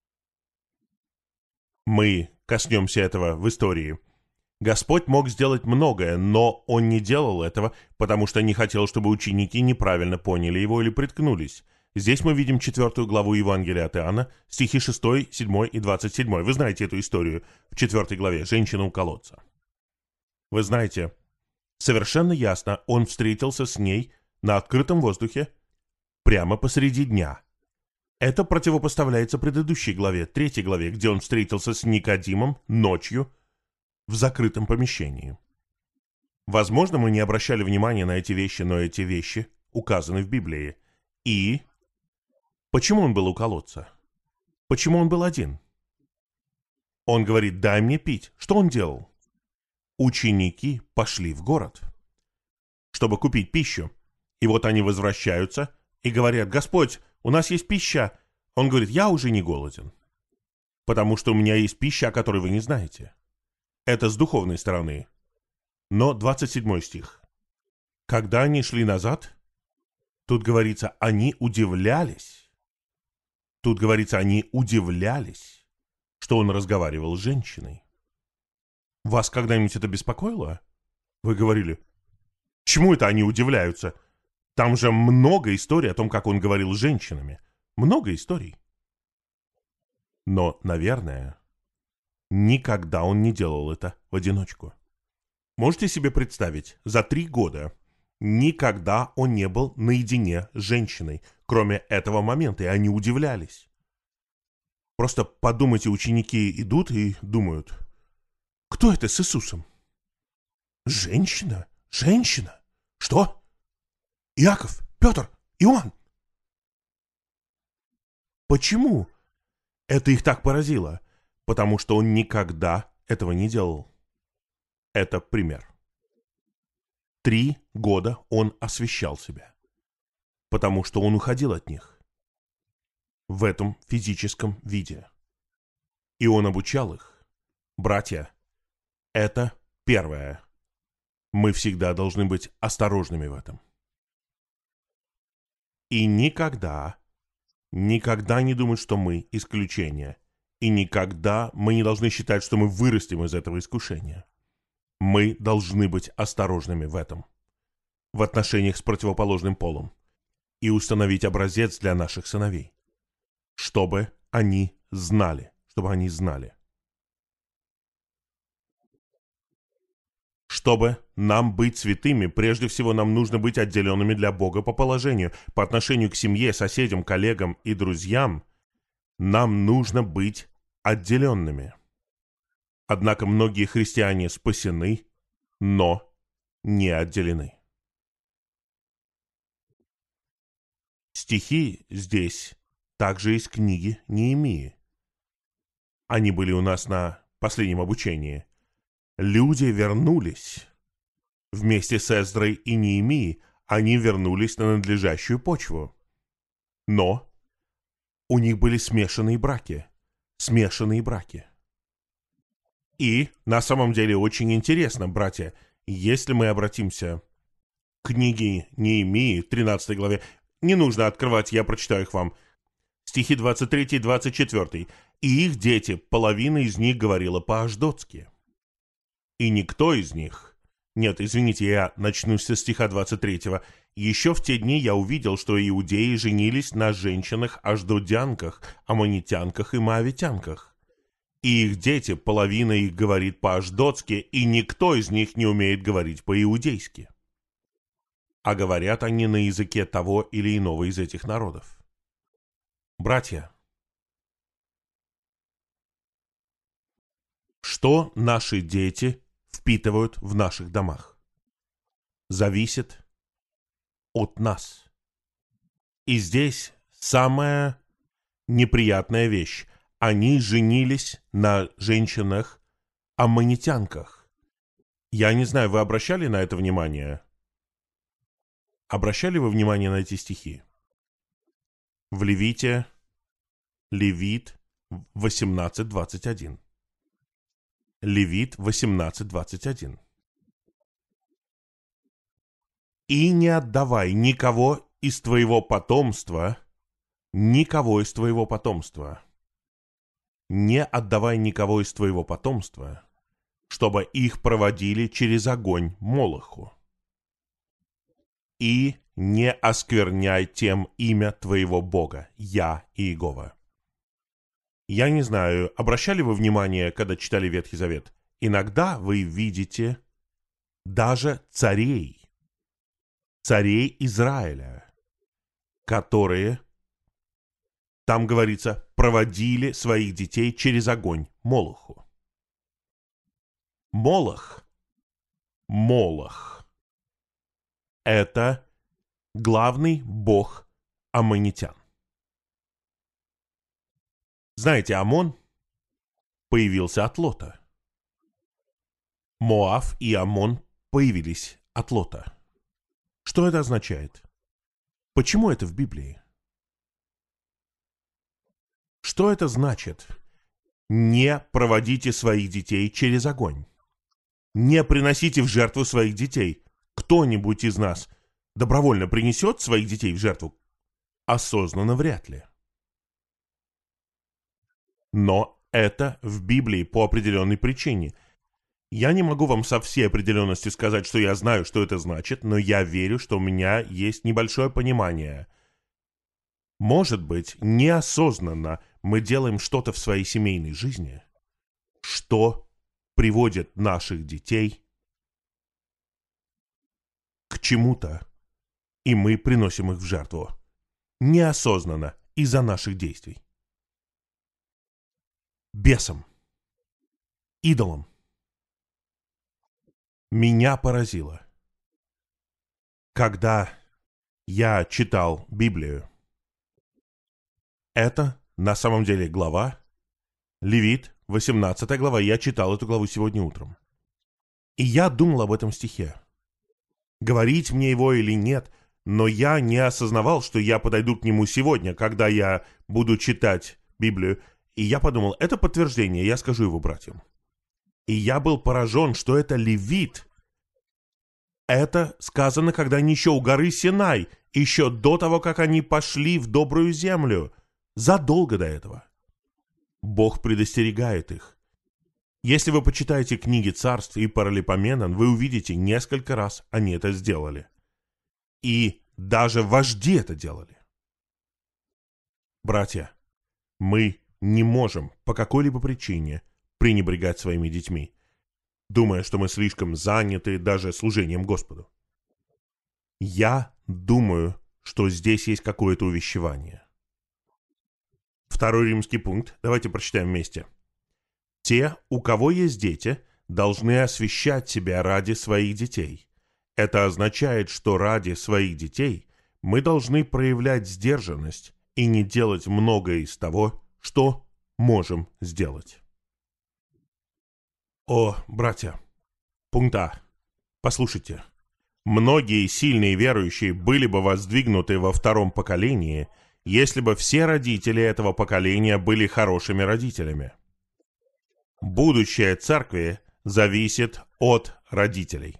Мы коснемся этого в истории. Господь мог сделать многое, но Он не делал этого, потому что не хотел, чтобы ученики неправильно поняли его или приткнулись. Здесь мы видим четвертую главу Евангелия от Иоанна, стихи шесть, семь и двадцать семь. Вы знаете эту историю в четвертой главе «Женщина у колодца». Вы знаете, совершенно ясно, он встретился с ней на открытом воздухе прямо посреди дня. Это противопоставляется предыдущей главе, третьей главе, где он встретился с Никодимом ночью в закрытом помещении. Возможно, мы не обращали внимания на эти вещи, но эти вещи указаны в Библии. И почему он был у колодца? Почему он был один? Он говорит: дай мне пить. Что он делал? Ученики пошли в город, чтобы купить пищу. И вот они возвращаются и говорят: Господь, у нас есть пища. Он говорит: я уже не голоден, потому что у меня есть пища, о которой вы не знаете. Это с духовной стороны. Но двадцать седьмой стих. Когда они шли назад, тут говорится, они удивлялись. Тут говорится, они удивлялись, что он разговаривал с женщиной. Вас когда-нибудь это беспокоило? Вы говорили: чему это они удивляются? Там же много историй о том, как он говорил с женщинами. Много историй. Но, наверное, никогда он не делал это в одиночку. Можете себе представить, за три года никогда он не был наедине с женщиной, кроме этого момента, и они удивлялись. Просто подумайте, ученики идут и думают: кто это с Иисусом? Женщина? Женщина? Что? Иаков, Петр, Иоанн. Почему это их так поразило? Потому что он никогда этого не делал. Это пример. Три года он освящал себя, потому что он уходил от них в этом физическом виде. И он обучал их. Братья, это первое. Мы всегда должны быть осторожными в этом. И никогда, никогда не думать, что мы исключение. И никогда мы не должны считать, что мы вырастем из этого искушения. Мы должны быть осторожными в этом, в отношениях с противоположным полом, и установить образец для наших сыновей, чтобы они знали, чтобы они знали, чтобы нам быть святыми, прежде всего нам нужно быть отделенными для Бога по положению, по отношению к семье, соседям, коллегам и друзьям. Нам нужно быть отделенными. Однако многие христиане спасены, но не отделены. Стихи здесь также из книги Неемии. Они были у нас на последнем обучении. Люди вернулись вместе с Эздрой и Неемией, они вернулись на надлежащую почву. Но у них были смешанные браки. Смешанные браки. И на самом деле очень интересно, братья, если мы обратимся к книге Неемии, тринадцатой главе, не нужно открывать, я прочитаю их вам, стихи двадцать третий и двадцать четвёртый. «И их дети, половина из них говорила по-аждотски. И никто из них...» Нет, извините, я начну со стиха двадцать третьего. «Еще в те дни я увидел, что иудеи женились на женщинах-аждодянках, аммонитянках и моавитянках. И их дети, половина их говорит по-аждотски, и никто из них не умеет говорить по-иудейски. А говорят они на языке того или иного из этих народов». Братья, что наши дети впитывают в наших домах, зависит от нас. И здесь самая неприятная вещь. Они женились на женщинах-аммонитянках. Я не знаю, вы обращали на это внимание? Обращали вы внимание на эти стихи? В Левите, Левит восемнадцать двадцать один. Левит восемнадцать двадцать один. «И не отдавай никого из твоего потомства, никого из твоего потомства, не отдавай никого из твоего потомства, чтобы их проводили через огонь Молоху. И не оскверняй тем имя твоего Бога, я Иегова». Я не знаю, обращали вы внимание, когда читали Ветхий Завет? Иногда вы видите даже царей, царей Израиля, которые, там говорится, проводили своих детей через огонь Молоху. Молох, Молох – это главный бог аммонитян. Знаете, Амон появился от Лота. Моав и Амон появились от Лота. Что это означает? Почему это в Библии? Что это значит? Не проводите своих детей через огонь. Не приносите в жертву своих детей. Кто-нибудь из нас добровольно принесет своих детей в жертву? Осознанно вряд ли. Но это в Библии по определенной причине. Я не могу вам со всей определенностью сказать, что я знаю, что это значит, но я верю, что у меня есть небольшое понимание. Может быть, неосознанно мы делаем что-то в своей семейной жизни, что приводит наших детей к чему-то, и мы приносим их в жертву. Неосознанно из-за наших действий. Бесом, идолом. Меня поразило, когда я читал Библию. Это на самом деле глава, Левит, восемнадцатая глава, я читал эту главу сегодня утром. И я думал об этом стихе. Говорить мне его или нет, но я не осознавал, что я подойду к нему сегодня, когда я буду читать Библию. И я подумал, это подтверждение, я скажу его братьям. И я был поражен, что это Левит. Это сказано, когда они еще у горы Синай, еще до того, как они пошли в добрую землю, задолго до этого. Бог предостерегает их. Если вы почитаете книги Царств и Паралипоменон, вы увидите, несколько раз они это сделали. И даже вожди это делали. Братья, мы не можем по какой-либо причине пренебрегать своими детьми, думая, что мы слишком заняты даже служением Господу. Я думаю, что здесь есть какое-то увещевание. Второй римский пункт, давайте прочитаем вместе. Те, у кого есть дети, должны освящать себя ради своих детей. Это означает, что ради своих детей мы должны проявлять сдержанность и не делать многое из того, что можем сделать. О, братья, пункт А. Послушайте, многие сильные верующие были бы воздвигнуты во втором поколении, если бы все родители этого поколения были хорошими родителями. Будущее церкви зависит от родителей.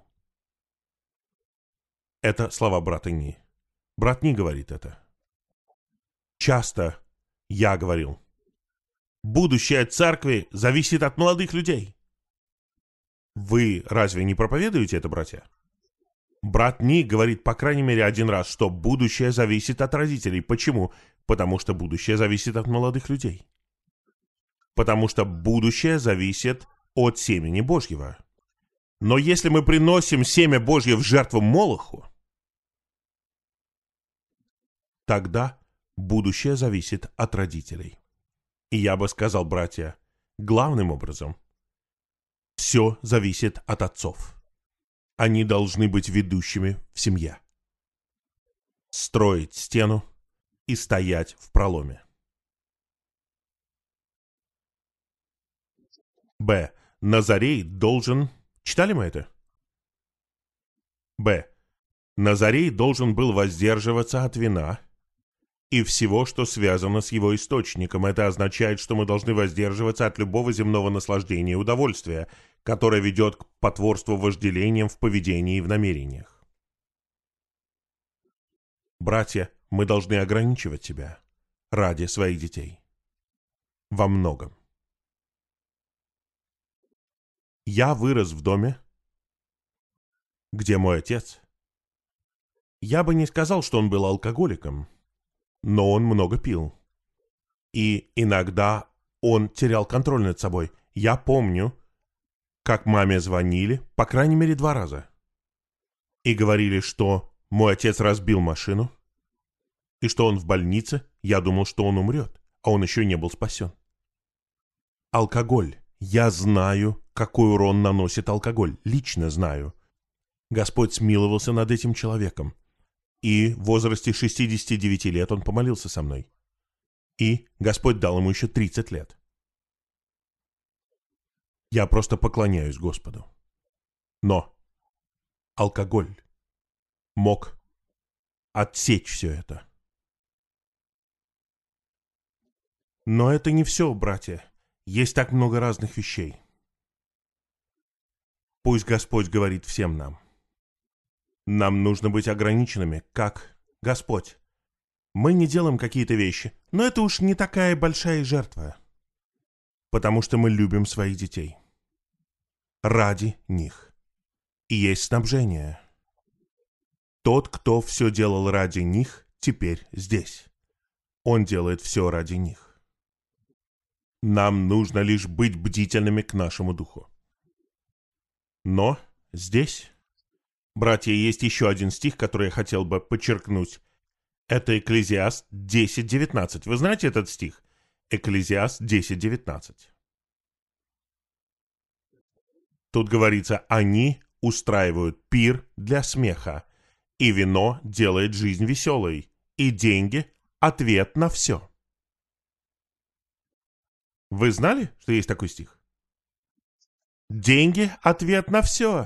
Это слова брата Ни. Брат Ни говорит это. Часто я говорил. Будущее церкви зависит от молодых людей. Вы разве не проповедуете это, братья? Брат Ни говорит, по крайней мере, один раз, что будущее зависит от родителей. Почему? Потому что будущее зависит от молодых людей. Потому что будущее зависит от семени Божьего. Но если мы приносим семя Божье в жертву Молоху, тогда будущее зависит от родителей. И я бы сказал, братья, главным образом, все зависит от отцов. Они должны быть ведущими в семье. Строить стену и стоять в проломе. Б. Назарей должен... Читали мы это? Б. Назарей должен был воздерживаться от вина и всего, что связано с его источником. Это означает, что мы должны воздерживаться от любого земного наслаждения и удовольствия, которое ведет к потворству вожделениям в поведении и в намерениях. Братья, мы должны ограничивать себя ради своих детей. Во многом. Я вырос в доме, где мой отец. Я бы не сказал, что он был алкоголиком, но он много пил. И иногда он терял контроль над собой. Я помню, как маме звонили, по крайней мере, два раза. И говорили, что мой отец разбил машину, и что он в больнице. Я думал, что он умрет, а он еще не был спасен. Алкоголь. Я знаю, какой урон наносит алкоголь. Лично знаю. Господь смиловался над этим человеком. И в возрасте шестидесяти девяти лет он помолился со мной. И Господь дал ему еще тридцать лет. Я просто поклоняюсь Господу. Но алкоголь мог отсечь все это. Но это не все, братья. Есть так много разных вещей. Пусть Господь говорит всем нам. Нам нужно быть ограниченными, как Господь. Мы не делаем какие-то вещи, но это уж не такая большая жертва. Потому что мы любим своих детей. Ради них. И есть снабжение. Тот, кто все делал ради них, теперь здесь. Он делает все ради них. Нам нужно лишь быть бдительными к нашему духу. Но здесь, братья, есть еще один стих, который я хотел бы подчеркнуть. Это Экклезиаст десять девятнадцать. Вы знаете этот стих? Экклезиаст десять девятнадцать. Тут говорится, они устраивают пир для смеха, и вино делает жизнь веселой, и деньги — ответ на все. Вы знали, что есть такой стих? Деньги — ответ на все.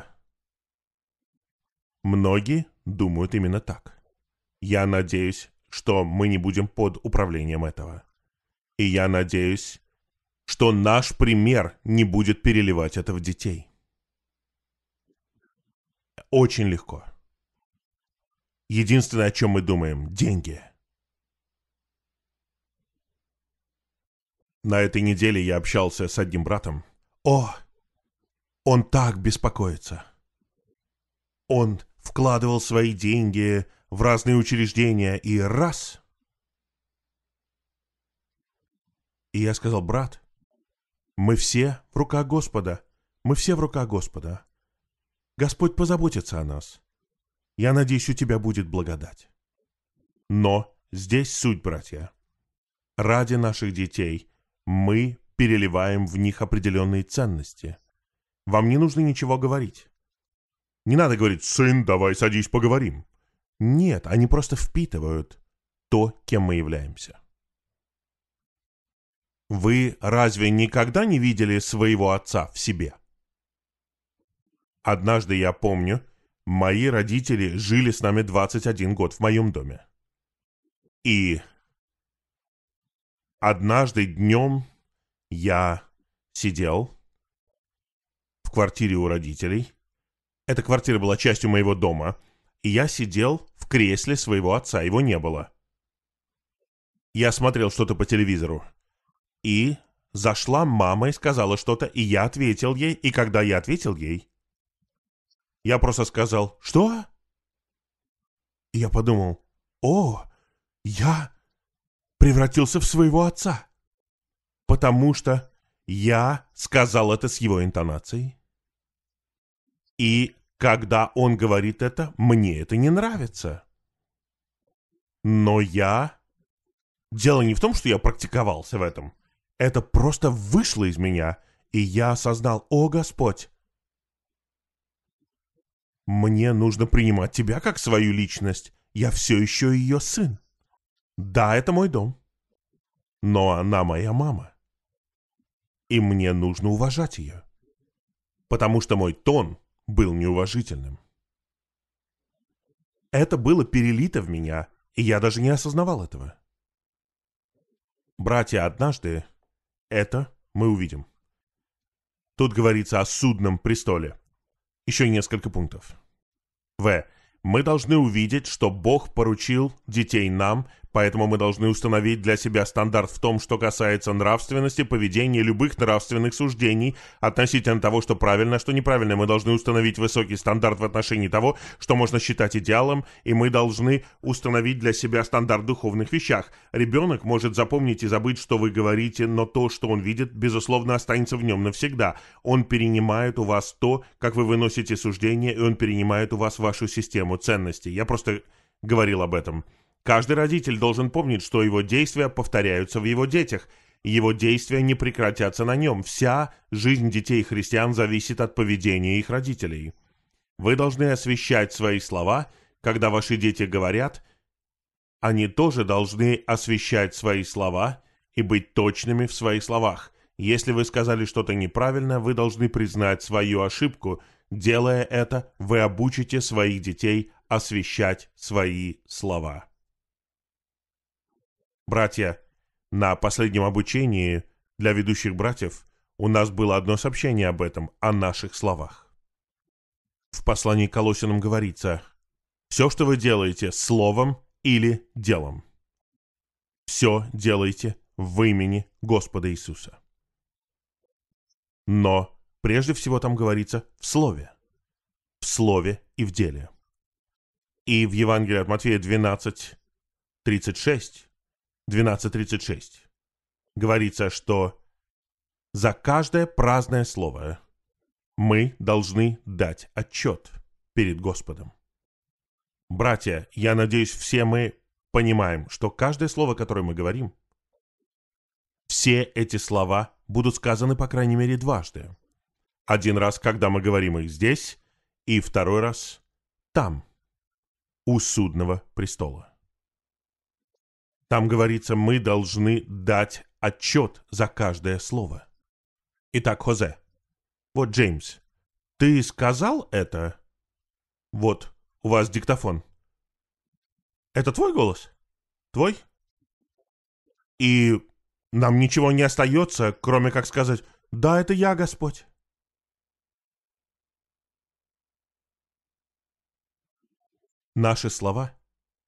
Многие думают именно так. Я надеюсь, что мы не будем под управлением этого. И я надеюсь, что наш пример не будет переливать это в детей. Очень легко. Единственное, о чем мы думаем — деньги. На этой неделе я общался с одним братом. О, он так беспокоится. Он вкладывал свои деньги в разные учреждения, и раз. И я сказал, брат, мы все в руках Господа. Мы все в руках Господа. Господь позаботится о нас. Я надеюсь, у тебя будет благодать. Но здесь суть, братья. Ради наших детей мы переливаем в них определенные ценности. Вам не нужно ничего говорить. Не надо говорить, сын, давай садись, поговорим. Нет, они просто впитывают то, кем мы являемся. Вы разве никогда не видели своего отца в себе? Однажды, я помню, мои родители жили с нами двадцать один год в моем доме. И однажды днем я сидел в квартире у родителей. Эта квартира была частью моего дома. И я сидел в кресле своего отца. Его не было. Я смотрел что-то по телевизору. И зашла мама и сказала что-то. И я ответил ей. И когда я ответил ей, я просто сказал «Что?». И я подумал «О, я превратился в своего отца». Потому что я сказал это с его интонацией. И когда он говорит это, мне это не нравится. Но я... Дело не в том, что я практиковался в этом. Это просто вышло из меня, и я осознал, о, Господь, мне нужно принимать тебя как свою личность. Я все еще ее сын. Да, это мой дом. Но она моя мама. И мне нужно уважать ее. Потому что мой тон был неуважительным. Это было перелито в меня, и я даже не осознавал этого. Братья, однажды это мы увидим. Тут говорится о судном престоле. Еще несколько пунктов. В. Мы должны увидеть, что Бог поручил детей нам, поэтому мы должны установить для себя стандарт в том, что касается нравственности, поведения, любых нравственных суждений относительно того, что правильно, а что неправильно. Мы должны установить высокий стандарт в отношении того, что можно считать идеалом, и мы должны установить для себя стандарт в духовных вещах. Ребенок может запомнить и забыть, что вы говорите, но то, что он видит, безусловно, останется в нем навсегда. Он перенимает у вас то, как вы выносите суждения, и он перенимает у вас вашу систему ценностей. Я просто говорил об этом. Каждый родитель должен помнить, что его действия повторяются в его детях. Его действия не прекратятся на нем. Вся жизнь детей христиан зависит от поведения их родителей. Вы должны освещать свои слова, когда ваши дети говорят. Они тоже должны освещать свои слова и быть точными в своих словах. Если вы сказали что-то неправильно, вы должны признать свою ошибку. Делая это, вы обучите своих детей освещать свои слова. Братья, на последнем обучении для ведущих братьев у нас было одно сообщение об этом, о наших словах. В послании к Колоссянам говорится: «Все, что вы делаете, словом или делом, все делайте в имени Господа Иисуса». Но прежде всего там говорится в слове. В слове и в деле. И в Евангелии от Матфея двенадцать тридцать шесть, двенадцать тридцать шесть говорится, что за каждое праздное слово мы должны дать отчет перед Господом. Братья, я надеюсь, все мы понимаем, что каждое слово, которое мы говорим, все эти слова будут сказаны по крайней мере дважды. Один раз, когда мы говорим их здесь, и второй раз там, у судного престола. Там говорится, мы должны дать отчет за каждое слово. Итак, Хозе, вот Джеймс, ты сказал это? Вот, у вас диктофон. Это твой голос? Твой? И нам ничего не остается, кроме как сказать: «Да, это я, Господь». Наши слова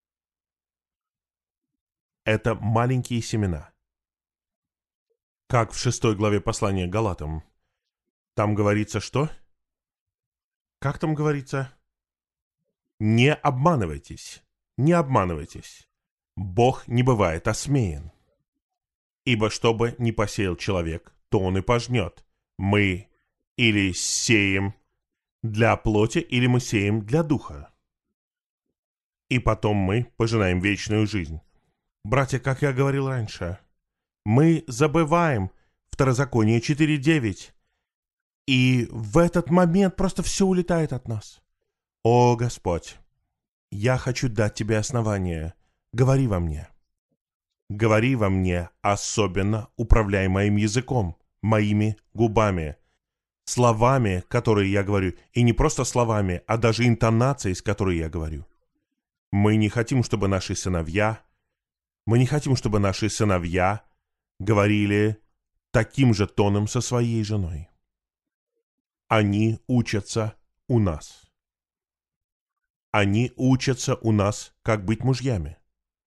— это маленькие семена. Как в шестой главе послания к Галатам. Там говорится что? Как там говорится? Не обманывайтесь, не обманывайтесь. Бог не бывает осмеян. Ибо что бы ни посеял человек, то он и пожнет. Мы или сеем для плоти, или мы сеем для духа. И потом мы пожинаем вечную жизнь. Братья, как я говорил раньше, мы забываем Второзаконие четыре девять, и в этот момент просто все улетает от нас. О, Господь, я хочу дать Тебе основание. Говори во мне. Говори во мне, особенно управляй моим языком, моими губами, словами, которые я говорю, и не просто словами, а даже интонацией, с которой я говорю. Мы не хотим, чтобы наши сыновья, мы не хотим, чтобы наши сыновья говорили таким же тоном со своей женой. Они учатся у нас. Они учатся у нас, как быть мужьями.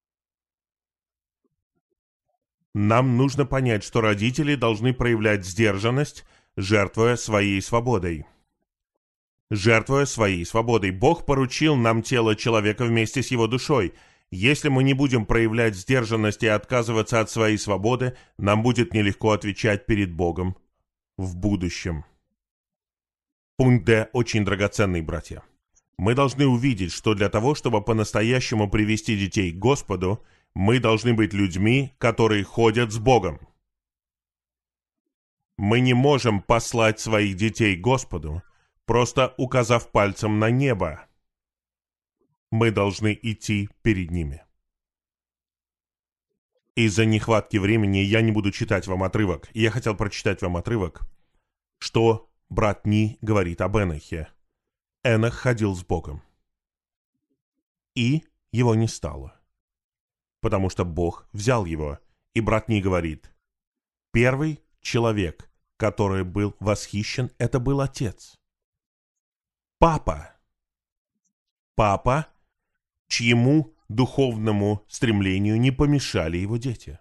Нам нужно понять, что родители должны проявлять сдержанность, жертвуя своей свободой. Жертвуя своей свободой. Бог поручил нам тело человека вместе с его душой. Если мы не будем проявлять сдержанность и отказываться от своей свободы, нам будет нелегко отвечать перед Богом в будущем. Пункт Д очень драгоценный, братья. Мы должны увидеть, что для того, чтобы по-настоящему привести детей к Господу, мы должны быть людьми, которые ходят с Богом. Мы не можем послать своих детей к Господу, просто указав пальцем на небо. Мы должны идти перед ними. Из-за нехватки времени я не буду читать вам отрывок. Я хотел прочитать вам отрывок, что брат Ни говорит об Энохе. Энох ходил с Богом. И его не стало, потому что Бог взял его, И брат Ни говорит, первый человек, который был восхищен, это был отец. Папа. Папа, чьему духовному стремлению не помешали его дети.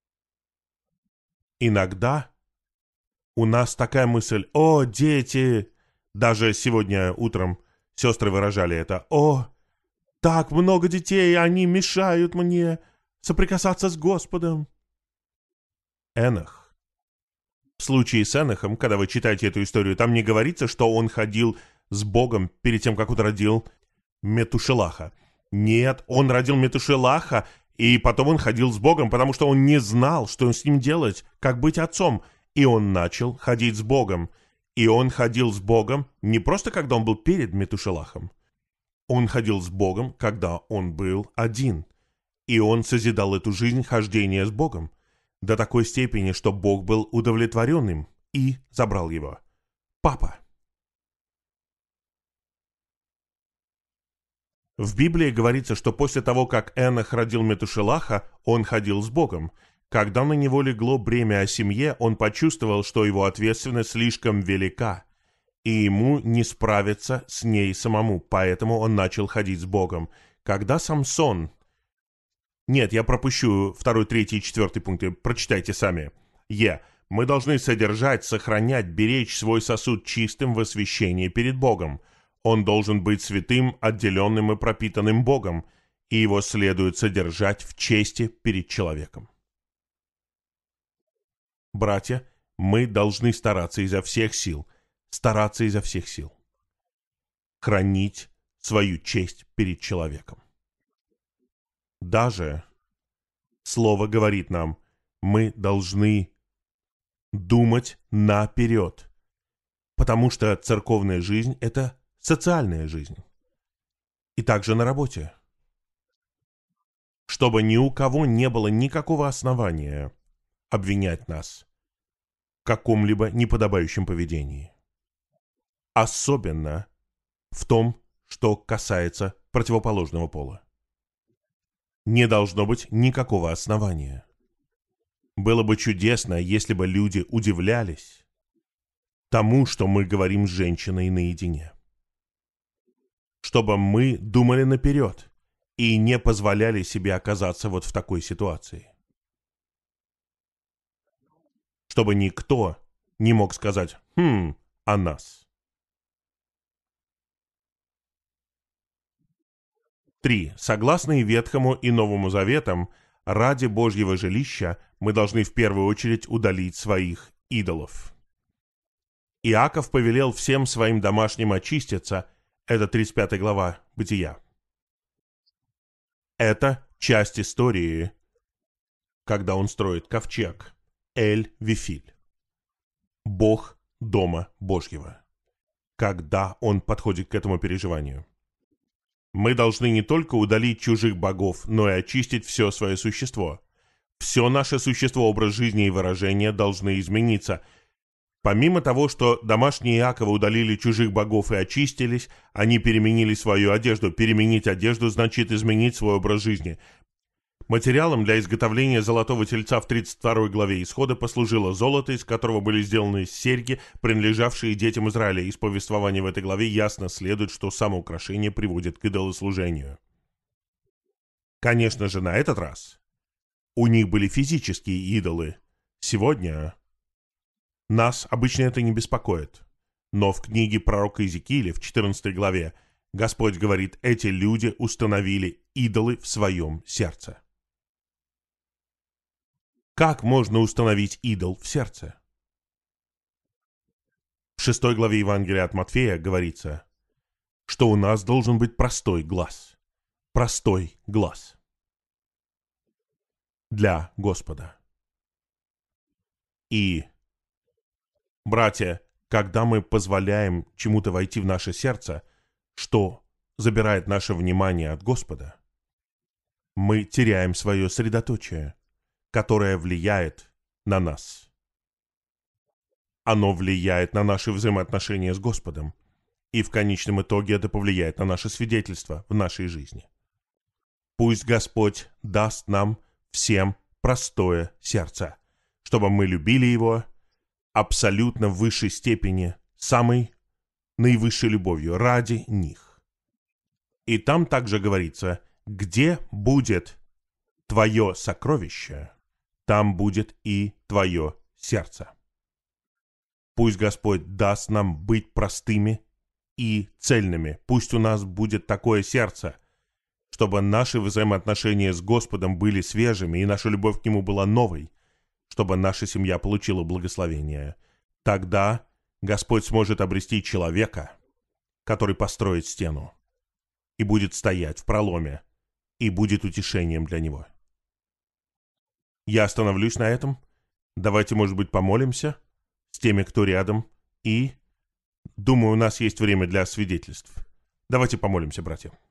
Иногда у нас такая мысль: «О, дети!» Даже сегодня утром сестры выражали это: «О, так много детей, они мешают мне соприкасаться с Господом». Энох. В случае с Энохом, когда вы читаете эту историю, там не говорится, что он ходил с Богом перед тем, как он родил Метушелаха. Нет, он родил Метушелаха, и потом он ходил с Богом, потому что он не знал, что с ним делать, как быть отцом. И он начал ходить с Богом. И он ходил с Богом не просто, когда он был перед Метушелахом. Он ходил с Богом, когда он был один. И он созидал эту жизнь хождения с Богом до такой степени, что Бог был удовлетворен им и забрал его. Папа. В Библии говорится, что после того, как Энох родил Метушелаха, он ходил с Богом. Когда на него легло бремя о семье, он почувствовал, что его ответственность слишком велика, и ему не справиться с ней самому, поэтому он начал ходить с Богом. Когда Самсон... Нет, я пропущу второй, третий и четвертый пункты, прочитайте сами. Е. Мы должны содержать, сохранять, беречь свой сосуд чистым в освящении перед Богом. Он должен быть святым, отделенным и пропитанным Богом, и его следует содержать в чести перед человеком. Братья, мы должны стараться изо всех сил, стараться изо всех сил, хранить свою честь перед человеком. Даже Слово говорит нам, мы должны думать наперед, потому что церковная жизнь – это социальная жизнь. И также на работе. Чтобы ни у кого не было никакого основания обвинять нас в каком-либо неподобающем поведении. Особенно в том, что касается противоположного пола. Не должно быть никакого основания. Было бы чудесно, если бы люди удивлялись тому, что мы говорим с женщиной наедине. Чтобы мы думали наперед и не позволяли себе оказаться вот в такой ситуации. Чтобы никто не мог сказать «хм» о нас. Три. Согласно и Ветхому, и Новому Заветам, ради Божьего жилища мы должны в первую очередь удалить своих идолов. Иаков повелел всем своим домашним очиститься. Это тридцать пятая глава Бытия. Это часть истории, когда он строит ковчег. Эль-Вифиль. Бог Дома Божьего. Когда он подходит к этому переживанию. Мы должны не только удалить чужих богов, но и очистить все свое существо. Все наше существо, образ жизни и выражения должны измениться. Помимо того, что домашние Иакова удалили чужих богов и очистились, они переменили свою одежду. Переменить одежду значит изменить свой образ жизни. Материалом для изготовления золотого тельца в тридцать второй главе Исхода послужило золото, из которого были сделаны серьги, принадлежавшие детям Израиля. Из повествования в этой главе ясно следует, что самоукрашение приводит к идолослужению. Конечно же, на этот раз у них были физические идолы. Сегодня нас обычно это не беспокоит. Но в книге пророка Иезекииля в четырнадцатой главе Господь говорит: эти люди установили идолы в своем сердце. Как можно установить идол в сердце? В шестой главе Евангелия от Матфея говорится, что у нас должен быть простой глаз. Простой глаз. Для Господа. И, братья, когда мы позволяем чему-то войти в наше сердце, что забирает наше внимание от Господа, мы теряем свое средоточие, которое влияет на нас. Оно влияет на наши взаимоотношения с Господом, и в конечном итоге это повлияет на наше свидетельство в нашей жизни. Пусть Господь даст нам всем простое сердце, чтобы мы любили Его абсолютно в высшей степени, самой наивысшей любовью ради них. И там также говорится, где будет твое сокровище, там будет и твое сердце. Пусть Господь даст нам быть простыми и цельными. Пусть у нас будет такое сердце, чтобы наши взаимоотношения с Господом были свежими и наша любовь к Нему была новой, чтобы наша семья получила благословение. Тогда Господь сможет обрести человека, который построит стену и будет стоять в проломе и будет утешением для него. Я остановлюсь на этом. Давайте, может быть, помолимся с теми, кто рядом, и, думаю, у нас есть время для свидетельств. Давайте помолимся, братья.